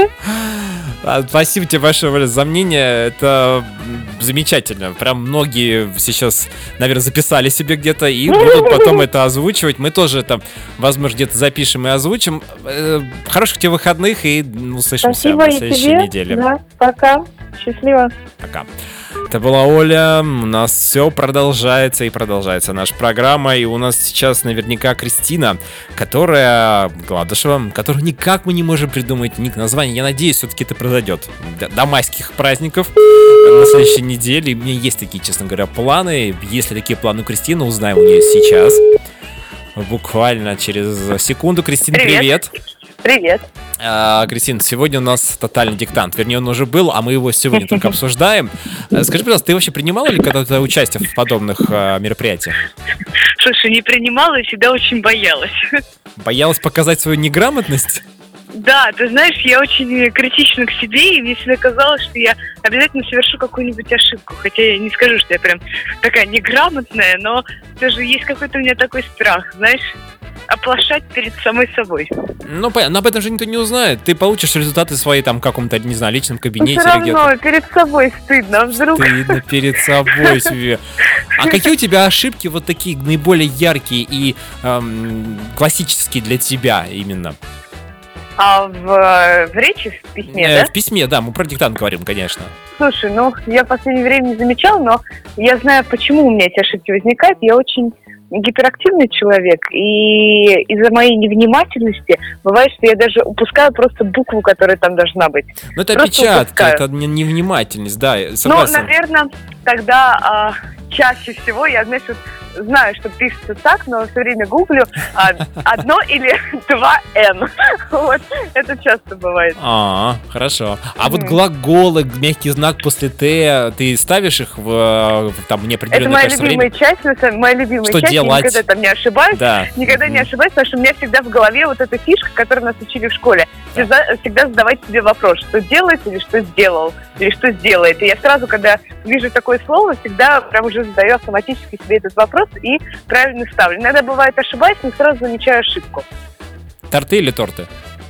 А, Спасибо тебе большое, Валя, за мнение. Это м, замечательно. Прям многие сейчас, наверное, записали себе где-то и будут потом это озвучивать. Мы тоже это, возможно, где-то запишем и озвучим. Э, Хороших тебе выходных и м, услышимся Спасибо на и следующей тебе. неделе. Да, пока. Счастливо. Пока. Это была Оля. У нас все продолжается и продолжается наша программа. И у нас сейчас наверняка Кристина, которая Гладышева, которую никак мы не можем придумать ник название. Я надеюсь, все-таки это произойдет до, до майских праздников на следующей неделе. И у меня есть такие, честно говоря, планы. Если такие планы у Кристины, узнаем у нее сейчас. Буквально через секунду. Кристина, привет. Привет. Привет. А, Кристина, сегодня у нас тотальный диктант. Вернее, он уже был, а мы его сегодня только обсуждаем. А, Скажи, пожалуйста, ты вообще принимала ли когда-то участие в подобных а, мероприятиях? Слушай, не принимала и всегда очень боялась. Боялась показать свою неграмотность? Да, ты знаешь, я очень критична к себе, и мне всегда казалось, что я обязательно совершу какую-нибудь ошибку. Хотя я не скажу, что я прям такая неграмотная, но даже есть какой-то у меня такой страх, знаешь, оплошать перед самой собой. Ну, понятно, но об этом же никто не узнает. Ты получишь результаты свои там в каком-то, не знаю, личном Но кабинете все или где-то. равно перед собой стыдно, а вдруг... Стыдно перед собой себе. А какие у тебя ошибки вот такие наиболее яркие и эм, классические для тебя именно? А в, в речи, в письме, Э, да? В письме, да, мы про диктант говорим, конечно. Слушай, ну, я в последнее время не замечала, но я знаю, почему у меня эти ошибки возникают. Я очень гиперактивный человек, и из-за моей невнимательности бывает, что я даже упускаю просто букву, которая там должна быть. Ну, это Просто опечатка, упускаю. это не- невнимательность, да, я Ну, согласен. наверное, тогда а, чаще всего я, знаешь, вот знаю, что пишется так, но все время гуглю а, одно или два «н». Вот, это часто бывает. А, хорошо. А вот Мгм. глаголы, мягкий знак после «т», ты ставишь их в, в там Это неопределенное моя количество любимая времени? часть, на самом- моя любимая Что часть, делать? я никогда там не ошибаюсь. Да. Никогда не Мгм. ошибаюсь, потому что у меня всегда в голове вот эта фишка, которую нас учили в школе. Да. Всегда, всегда задавать себе вопрос, что делать или что сделал, или что сделает. И я сразу, когда вижу такое слово, всегда прям уже задаю автоматически себе этот вопрос и правильно ставлю. Иногда бывает ошибаюсь, но сразу замечаю ошибку. Торты или торты?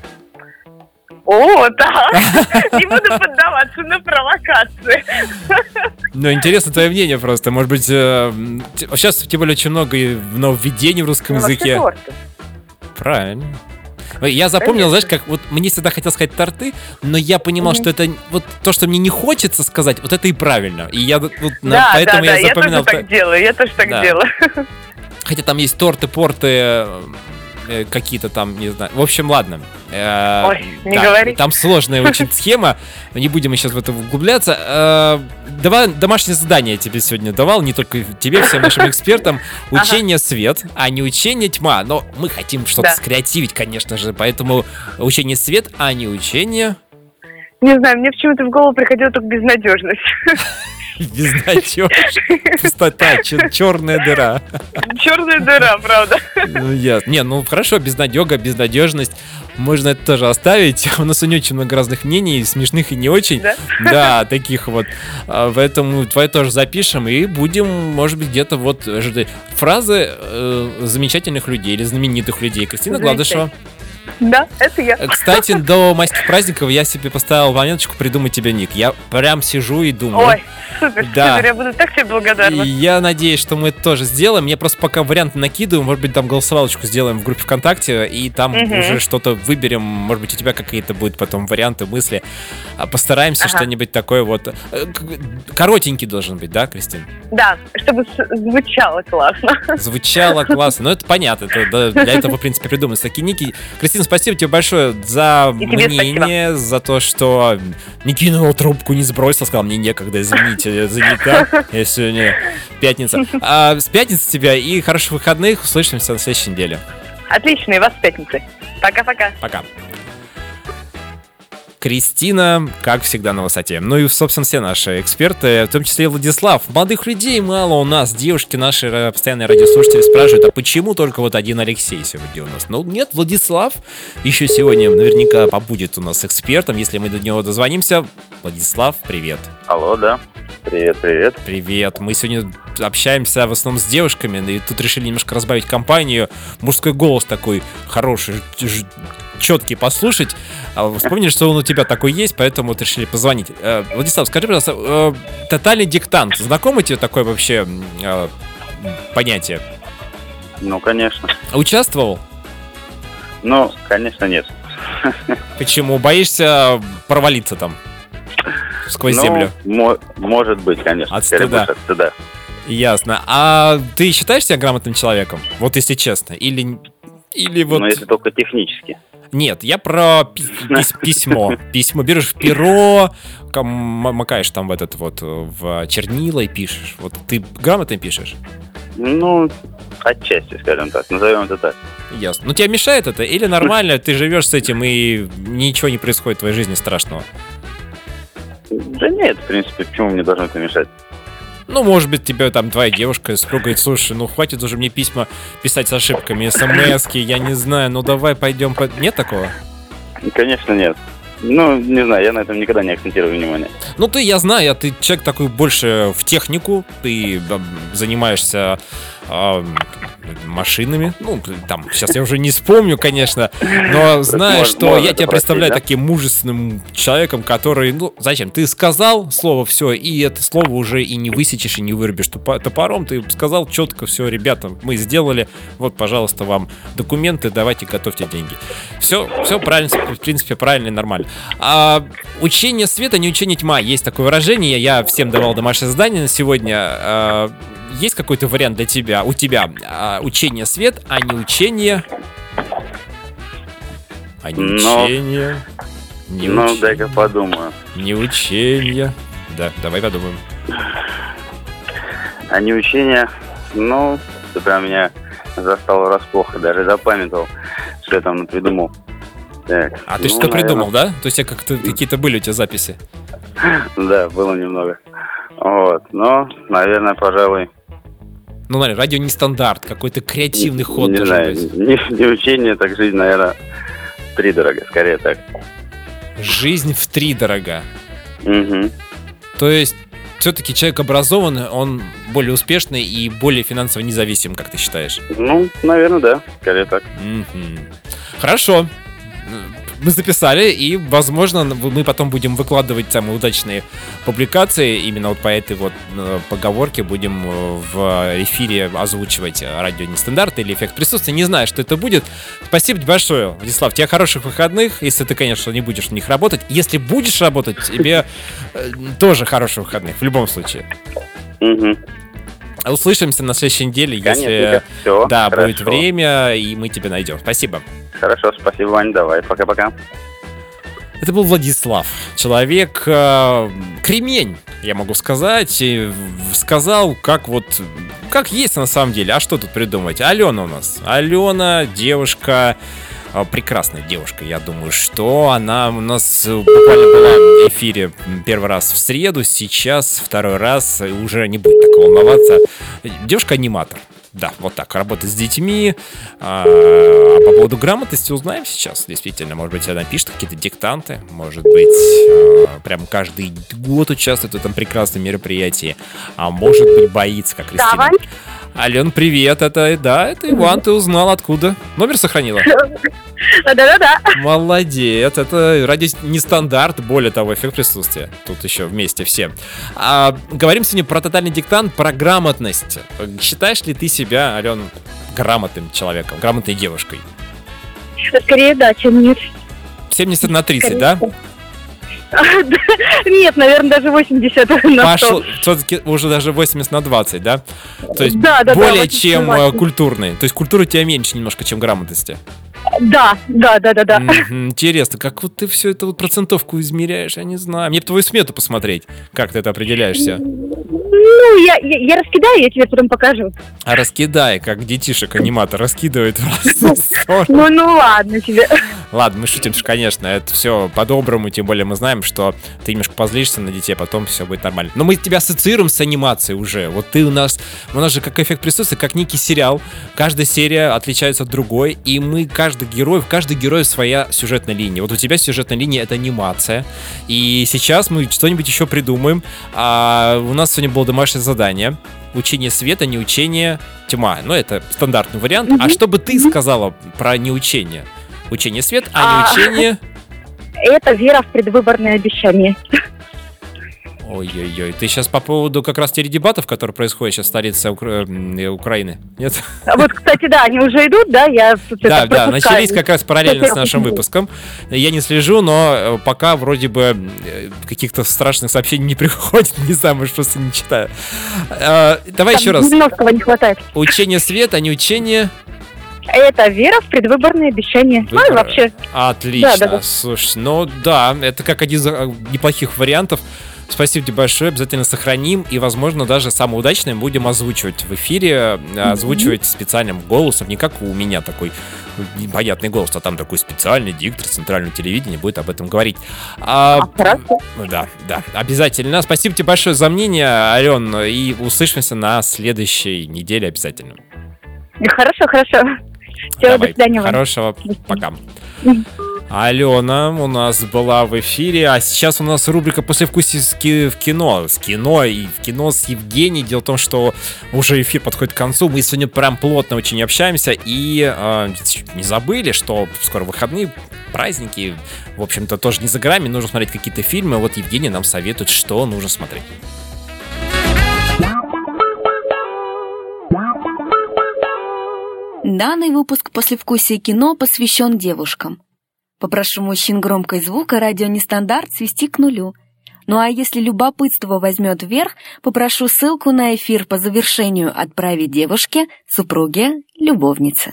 О, да! Не буду поддаваться на провокации. Ну, интересно твое мнение просто. Может быть, э, т- сейчас тем более очень много и нововведений в русском Ну, вообще языке. торты. Правильно. Ой, Я запомнил, Конечно. знаешь, как вот мне всегда хотел сказать торты, но я понимал, Мгм. что это вот то, что мне не хочется сказать, вот это и правильно. И я вот на- Да, поэтому да, я да, я запоминал. тоже так делаю, я тоже так Да. делаю. Хотя там есть торты, порты, э, э, какие-то там, не знаю. В общем, ладно. Э, Ой, не да, говори. Там сложная очень схема. Не будем сейчас в это углубляться. Э, Давай домашнее задание я тебе сегодня давал, не только тебе, всем нашим экспертам. Учение свет, а не учение тьма. Но мы хотим что-то Да. скреативить, конечно же. Поэтому учение свет, а не учение Не знаю, мне почему-то в голову приходила только безнадежность. безнадежность. Пустота, черная дыра. Черная дыра, правда. Ну, ясно. Не, ну хорошо, безнадега, безнадежность. Можно это тоже оставить. У нас сегодня очень много разных мнений, смешных и не очень. Да? Да, таких вот. А, Поэтому твое тоже запишем и будем, может быть, где-то вот ждать фразы э, замечательных людей или знаменитых людей. Кристина Гладышева. Да, это я. Кстати, до майских праздников я себе поставил монеточку придумать тебе ник. Я прям сижу и думаю. Ой, супер, Да. супер, я буду так тебе благодарна. И я надеюсь, что мы это тоже сделаем. Я просто пока варианты накидываю. Может быть, там голосовалочку сделаем в группе ВКонтакте, и там Мгм. уже что-то выберем. Может быть, у тебя какие-то будут потом варианты, мысли. А Постараемся Ага. что-нибудь такое вот. э, к- Коротенький должен быть, да, Кристин? Да, чтобы с- звучало классно. Звучало классно. Ну, это понятно. Это, да, для этого, в принципе, придуманы такие ники. Кристина, спасибо тебе большое за И тебе мнение, за то, что не кинула трубку, не сбросила, сказал, мне некогда, извините, я занята. Я сегодня пятница. А, с пятницы тебя и хороших выходных. Услышимся на следующей неделе. Отлично, и вас с пятницей. Пока-пока. Пока. Кристина, как всегда, на высоте. Ну и, собственно, все наши эксперты, в том числе и Владислав. Молодых людей мало у нас. Девушки, наши ра- постоянные радиослушатели спрашивают, а почему только вот один Алексей сегодня у нас? Ну нет, Владислав еще сегодня наверняка побудет у нас экспертом, если мы до него дозвонимся. Владислав, привет. Алло, да. Привет, привет. Привет. Мы сегодня общаемся в основном с девушками, и тут решили немножко разбавить компанию. Мужской голос такой хороший, четкий послушать. А вспомнили, что он у тебя такой есть, поэтому вот решили позвонить. Э, Владислав, скажи, пожалуйста, э, тотальный диктант. Знакомо тебе такое вообще э, понятие? Ну, конечно. Участвовал? Ну, конечно, нет. Почему? Боишься провалиться там? Сквозь Ну, землю? мо- может быть, конечно. От Скорее стыда. больше от стыда. Ясно. А ты считаешь себя грамотным человеком? Вот если честно. Или, или вот... Но если только технически. Нет, я про пи- пис- письмо. Письмо. Берешь перо, кам- макаешь там в этот вот, в чернила и пишешь. Вот ты грамотно пишешь? Ну, отчасти, скажем так. Назовем это так. Ясно. Ну тебе мешает это? Или нормально, ты живешь с этим и ничего не происходит в твоей жизни страшного? Да нет, в принципе, почему мне должно это мешать? Ну, может быть, тебе там твоя девушка, супруга говорит, слушай, ну хватит уже мне письма писать с ошибками, смс-ки, я не знаю, ну давай пойдем по... Нет такого? Конечно, нет. Ну, не знаю, я на этом никогда не акцентирую внимание. Ну, ты, я знаю, ты человек такой больше в технику, ты м, занимаешься а, машинами, ну, там, сейчас я уже не вспомню, конечно, но знаю, Может- что можно я это тебя простить, представляю да? таким мужественным человеком, который, ну, зачем, ты сказал слово, все, и это слово уже и не высечешь, и не вырубишь топо- топором, ты сказал четко, все, ребята, мы сделали, вот, пожалуйста, вам документы, давайте, готовьте деньги. Все, все правильно, в принципе, правильно и нормально. Ален, а, учение света, не учение тьма. Есть такое выражение. Я всем давал домашнее задание на сегодня. А, есть какой-то вариант для тебя? У тебя а, учение свет, а не учение... А не Но... учение... Не ну, учение. дай-ка подумаю. Не учение. Да, давай подумаем. А не учение, ну, ты прям меня застал врасплох, даже запамятовал, что я там придумал. Так, А ну, ты что наверное, придумал, да? То есть как-то какие-то были у тебя записи? Да, было немного. Вот, но, наверное, пожалуй... Ну, смотри, радио не стандарт, какой-то креативный ход не должен знаю, быть. Не, не учение, так жизнь, наверное, втридорога, скорее так. Жизнь втридорога. Угу. То есть, все-таки человек образованный, он более успешный и более финансово независим, как ты считаешь? Ну, наверное, да, скорее так. М-м. Хорошо. Мы записали, и, возможно, мы потом будем выкладывать самые удачные публикации. Именно вот по этой вот поговорке будем в эфире озвучивать радио нестандарт или эффект присутствия. Не знаю, что это будет. Спасибо тебе большое, Владислав. Тебе хороших выходных, если ты, конечно, не будешь в них работать. Если будешь работать, тебе тоже хороших выходных, в любом случае. Угу. Услышимся на следующей неделе, Конечно, если все, да, хорошо. будет время, и мы тебя найдем. Спасибо. Хорошо, спасибо, Вань, давай, пока-пока. Это был Владислав, человек э, кремень, я могу сказать, и сказал, как вот, как есть на самом деле. А что тут придумать? Алена у нас, Алена, девушка, э, прекрасная девушка, я думаю, что она у нас буквально была в эфире первый раз в среду, сейчас второй раз, уже не будет так волноваться. Девушка-аниматор. Да, вот так, работать с детьми. А, а по поводу грамотности узнаем сейчас, действительно. Может быть, она пишет какие-то диктанты. Может быть, а, прям каждый год участвует в этом прекрасном мероприятии. А может быть, боится, как Кристина. Да, Вань. Ален, привет, это, да, это Иван, ты узнал откуда? Номер сохранила? Да-да-да. Молодец, это радио нестандарт, более того, эффект присутствия. Тут еще вместе все. А, говорим сегодня про тотальный диктант, про грамотность. Считаешь ли ты себя, Ален, грамотным человеком, грамотной девушкой? Скорее да, чем нет. семьдесят на тридцать, Скорее, да? Нет, наверное, даже восемьдесят на сто. Пошло, все-таки уже даже восемьдесят на двадцать, да? То есть Да, да, да, более вот чем согласна. э, культурный. То есть культура у тебя меньше немножко, чем грамотности. Да, да, да, да, да. Мгм, интересно, как вот ты все это вот процентовку измеряешь, я не знаю. Мне бы твою смету посмотреть, как ты это определяешься. Ну, я, я, я раскидаю, я тебе потом покажу. А раскидай, как детишек-аниматор раскидывает в разные стороны. Ну, ну ладно тебе. Ладно, мы шутим, что, конечно, это все по-доброму, тем более мы знаем, что ты немножко позлишься на детей, а потом все будет нормально. Но мы тебя ассоциируем с анимацией уже. Вот ты у нас, у нас же как эффект присутствия, как некий сериал. Каждая серия отличается от другой, и мы, каждый герой, в каждый герой своя сюжетная линия. Вот у тебя сюжетная линия — это анимация. И сейчас мы что-нибудь еще придумаем. А у нас сегодня было домашнее задание. Учение света, не учение тьма. Ну, это стандартный вариант. А что бы ты сказала про неучение? Учение свет, а не учение... Это вера в предвыборные обещания. Ой-ой-ой, ты сейчас по поводу как раз теледебатов, которые происходят сейчас в столице Укра... Украины, нет? Вот, кстати, да, они уже идут, да, я тут Да, это да, пропускаю. начались как раз параллельно с нашим выпуском. Я не слежу, но пока вроде бы каких-то страшных сообщений не приходит, не знаю, может, просто не читаю. А, давай Там еще раз. немножко не хватает. Учение свет, а не учение... Это вера в предвыборные обещания. Ну и Выборы. вообще. Отлично, Да, да, да. слушай, ну да, это как один из э, неплохих вариантов. Спасибо тебе большое, обязательно сохраним и, возможно, даже самое удачное будем озвучивать в эфире, озвучивать специальным голосом, не как у меня такой непонятный голос, а там такой специальный диктор центрального телевидения будет об этом говорить. А, А, хорошо. да, да, обязательно. Спасибо тебе большое за мнение, Ален, и услышимся на следующей неделе обязательно. Хорошо, хорошо. Всего, Давай, до свидания. Вань. хорошего, пока. Алена у нас была в эфире, а сейчас у нас рубрика «Послевкусие с ки- в кино». С кино и в кино с Евгенией. Дело в том, что уже эфир подходит к концу. Мы сегодня прям плотно очень общаемся и э, не забыли, что скоро выходные, праздники. В общем-то, тоже не за горами. Нужно смотреть какие-то фильмы. Вот Евгений нам советует, что нужно смотреть. Данный выпуск «Послевкусие кино» посвящен девушкам. Попрошу мужчин громкой звука радио Нестандарт свести к нулю. Ну а если любопытство возьмет вверх, попрошу ссылку на эфир по завершению отправить девушке, супруге, любовнице.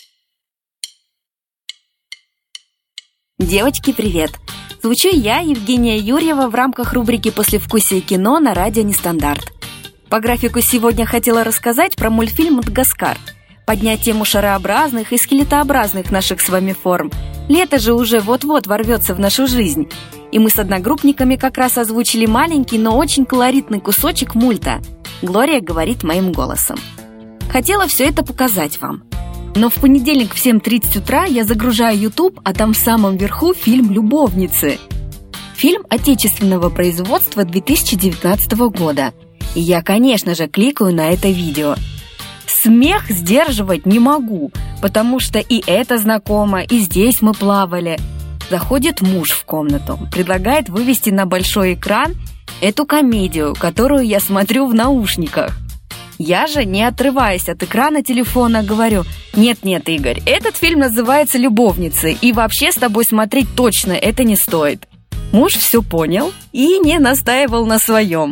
Девочки, привет! Звучу я, Евгения Юрьева, в рамках рубрики «Послевкусие кино» на радио Нестандарт. По графику сегодня хотела рассказать про мультфильм «Мадагаскар», поднять тему шарообразных и скелетообразных наших с вами форм. Лето же уже вот-вот ворвется в нашу жизнь. И мы с одногруппниками как раз озвучили маленький, но очень колоритный кусочек мульта. Глория говорит моим голосом. Хотела все это показать вам. Но в понедельник в семь тридцать утра я загружаю YouTube, а там в самом верху фильм «Любовницы». Фильм отечественного производства две тысячи девятнадцатого года. И я, конечно же, кликаю на это видео. Смех сдерживать не могу, потому что и это знакомо, и здесь мы плавали. Заходит муж в комнату, предлагает вывести на большой экран эту комедию, которую я смотрю в наушниках. Я же, не отрываясь от экрана телефона, говорю: «Нет-нет, Игорь, этот фильм называется «Любовницы», и вообще с тобой смотреть точно это не стоит». Муж все понял и не настаивал на своем.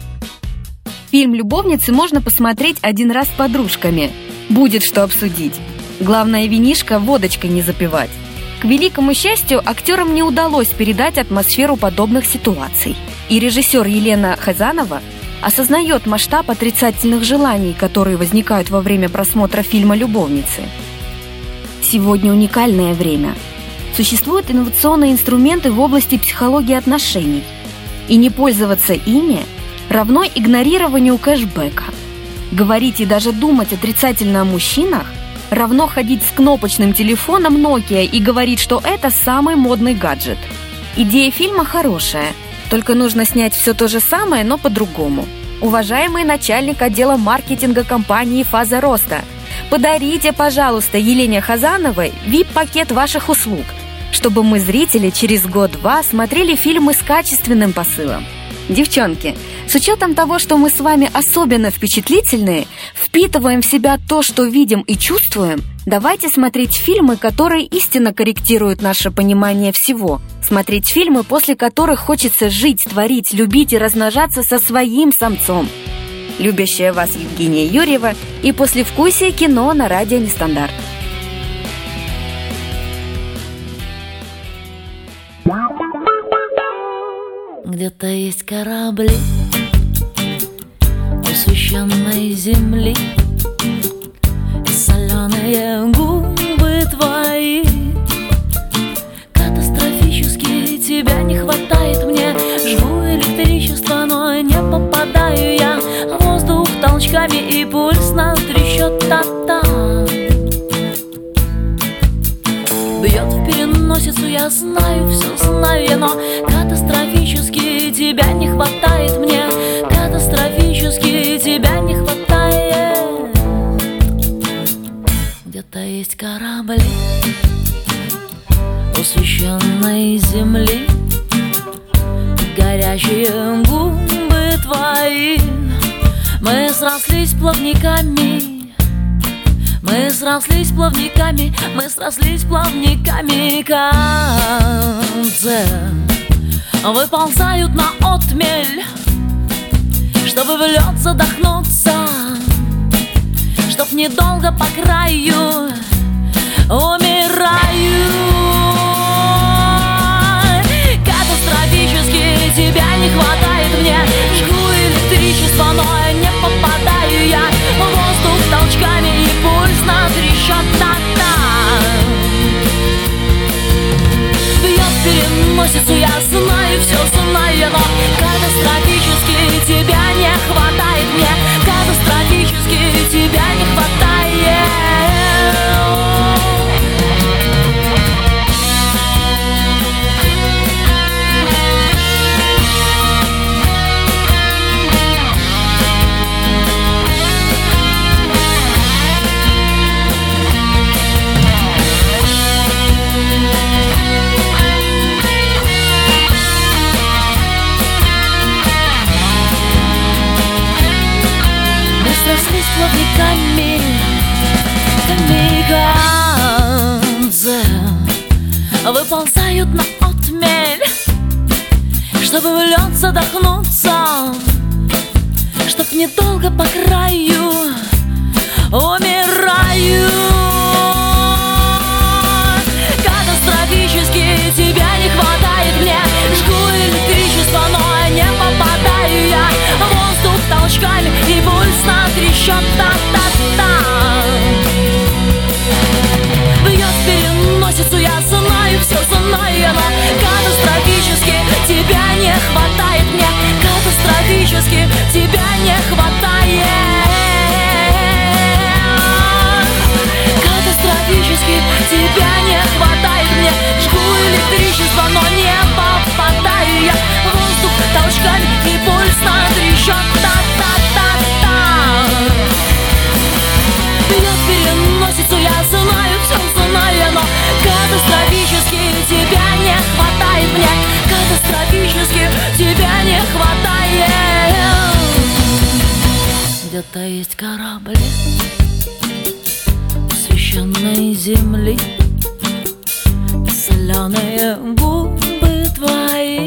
Фильм «Любовницы» можно посмотреть один раз с подружками. Будет что обсудить. Главное, винишко водочкой не запивать. К великому счастью, актерам не удалось передать атмосферу подобных ситуаций. И режиссер Елена Хазанова осознает масштаб отрицательных желаний, которые возникают во время просмотра фильма «Любовницы». Сегодня уникальное время. Существуют инновационные инструменты в области психологии отношений. И не пользоваться ими равно игнорированию кэшбэка. Говорить и даже думать отрицательно о мужчинах равно ходить с кнопочным телефоном Nokia и говорить, что это самый модный гаджет. Идея фильма хорошая, только нужно снять все то же самое, но по-другому. Уважаемый начальник отдела маркетинга компании «Фаза роста», подарите, пожалуйста, Елене Хазановой ви ай пи-пакет ваших услуг, чтобы мы, зрители, через год-два смотрели фильмы с качественным посылом. Девчонки, с учетом того, что мы с вами особенно впечатлительные, впитываем в себя то, что видим и чувствуем, давайте смотреть фильмы, которые истинно корректируют наше понимание всего. Смотреть фильмы, после которых хочется жить, творить, любить и размножаться со своим самцом. Любящая вас Евгения Юрьева и послевкусие кино на радио Нестандарт. Где-то есть корабли у священной земли, и соленые губы твои. Катастрофически тебя не хватает мне. Жгу электричество, но не попадаю я. Воздух толчками и пульс на трещот та-та. Бьет в переносицу, я знаю, все знаю я, но катастрофически тебя не хватает мне. Катастрофически тебя не хватает. Где-то есть корабли у священной земли, горячие губы твои. Мы срослись плавниками. Мы срослись плавниками, мы срослись плавниками. Концы выползают на отмель, чтобы в лед задохнуться, чтоб недолго по краю умираю. Катастрофически тебя не хватает мне. Жгу электричество, но не попадаю я. Воздух толчками и пульс на трещот та-та. Бьет в переносицу, я знаю, все знаю я, но катастрофически тебя не хватает мне. Катастрофически тебя не хватает. плавниками, камикадзе. сползают на отмель, чтобы в лед задохнуться, чтоб недолго по краю умираю. Катастрофически тебя не хватает мне, жгу электричество, но не попадаю я. Воздух толчками и пульсно трещит, та-та-та. Бьет в переносицу, я знаю, все знаю, но катастрофически тебя не хватает мне, катастрофически тебя не хватает. Катастрофически тебя не хватает мне, жгу электричество, но не попадаю я. Воздух толчками и пульсно трещит, та-та-та-та. Бьет в переносицу, я знаю, все знаю, но катастрофически тебя не хватает мне, катастрофически тебя не хватает. Где-то есть корабли священной земли, соленые губы твои.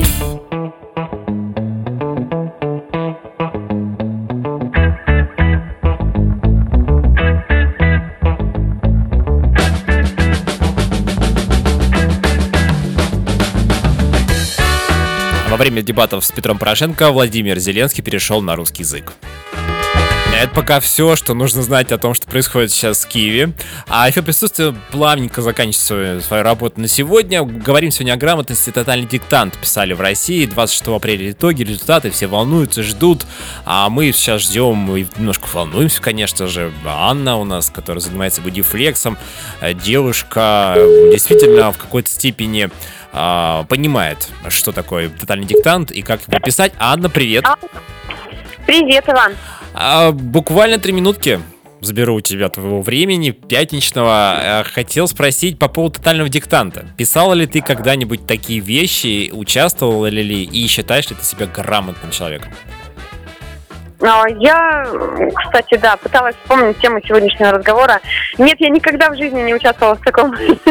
Во время дебатов с Петром Порошенко Владимир Зеленский перешел на русский язык. Это пока все, что нужно знать о том, что происходит сейчас в Киеве. А эфир присутствия плавненько заканчивает свою, свою работу на сегодня. Говорим сегодня о грамотности. Тотальный диктант писали в России. двадцать шестого апреля итоги, результаты. Все волнуются, ждут. А мы сейчас ждем и немножко волнуемся, конечно же. Анна у нас, которая занимается бодифлексом. Девушка действительно в какой-то степени а, понимает, что такое тотальный диктант и как его писать. Анна, привет. Привет, Иван. А, буквально три минутки заберу у тебя твоего времени пятничного. Хотел спросить по поводу тотального диктанта. Писала ли ты когда-нибудь такие вещи, участвовала ли и считаешь ли ты себя грамотным человеком? Я, кстати, да, пыталась вспомнить тему сегодняшнего разговора. Нет, я никогда в жизни не участвовала в таком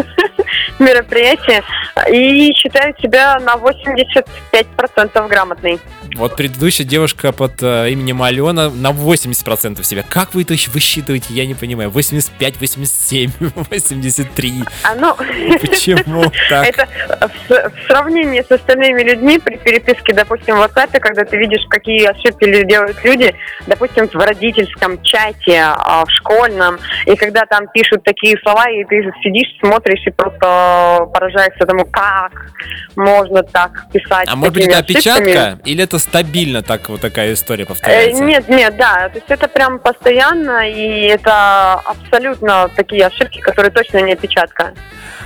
мероприятии и считаю себя на восемьдесят пять процентов грамотной. Вот предыдущая девушка под э, именем Алена на восемьдесят процентов себя. Как вы это высчитываете, я не понимаю. восемьдесят пять, восемьдесят семь, восемьдесят три. А ну, почему так? Это в, в сравнении с остальными людьми при переписке, допустим, в WhatsApp, когда ты видишь, какие ошибки делают люди, допустим, в родительском чате, в школьном, и когда там пишут такие слова, и ты сидишь, смотришь и просто поражаешься тому, как можно так писать. А может быть, это опечатка? Или это стабильно так вот такая история повторяется? Э, нет, нет, да, то есть это прям постоянно, и это абсолютно такие ошибки, которые точно не опечатка.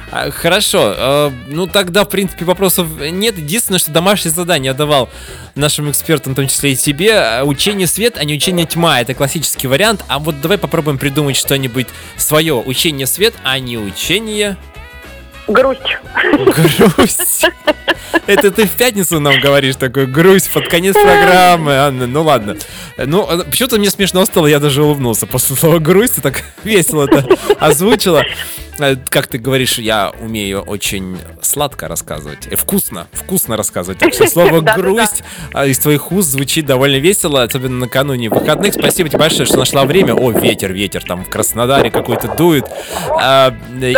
Хорошо, ну тогда, в принципе, вопросов нет. Единственное, что домашнее задание я давал нашим экспертам, в том числе и тебе. Учение свет, а не учение тьма. Это классический вариант. А вот давай попробуем придумать что-нибудь свое. Учение свет, а не учение... Грусть. Грусть. Это ты в пятницу нам говоришь такой грусть под конец программы, Анна. Ну ладно. Ну, почему-то мне смешно стало, я даже улыбнулся после слова грусть. Ты так весело это озвучила. Как ты говоришь, я умею очень сладко рассказывать. И вкусно, вкусно рассказывать. Так что слово грусть из твоих уст звучит довольно весело, особенно накануне выходных. Спасибо тебе большое, что нашла время. О, ветер, ветер, там в Краснодаре какой-то дует. И...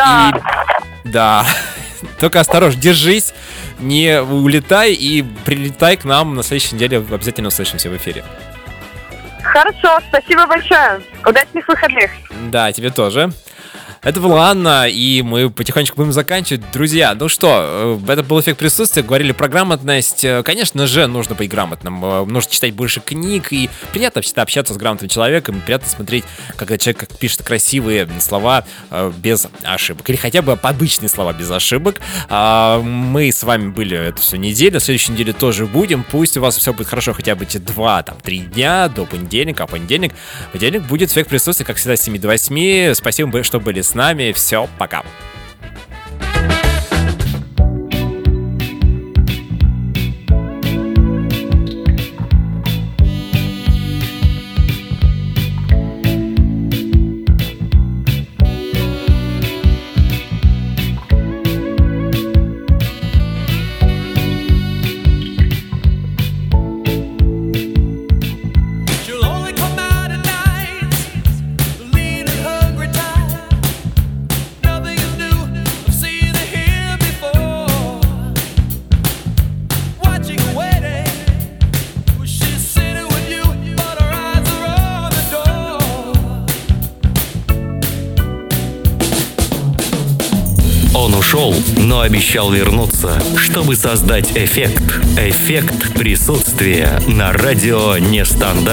Да, только осторожно, держись, не улетай и прилетай к нам на следующей неделе, обязательно услышимся в эфире. Хорошо, спасибо большое, удачных выходных. Да, тебе тоже. Это была Анна, и мы потихонечку будем заканчивать. Друзья, ну что, это был эффект присутствия, говорили про грамотность. Конечно же, нужно быть грамотным, нужно читать больше книг, и приятно всегда общаться с грамотным человеком, и приятно смотреть, когда человек пишет красивые слова без ошибок, или хотя бы обычные слова без ошибок. Мы с вами были эту всю неделю, в следующей неделе тоже будем. Пусть у вас все будет хорошо хотя бы эти два-три дня до понедельника, а понедельник, понедельник будет эффект присутствия, как всегда, с семи до восьми. Спасибо, что были с нами. Все, пока. Он ушел, но обещал вернуться, чтобы создать эффект. Эффект присутствия на радио Нестандарт.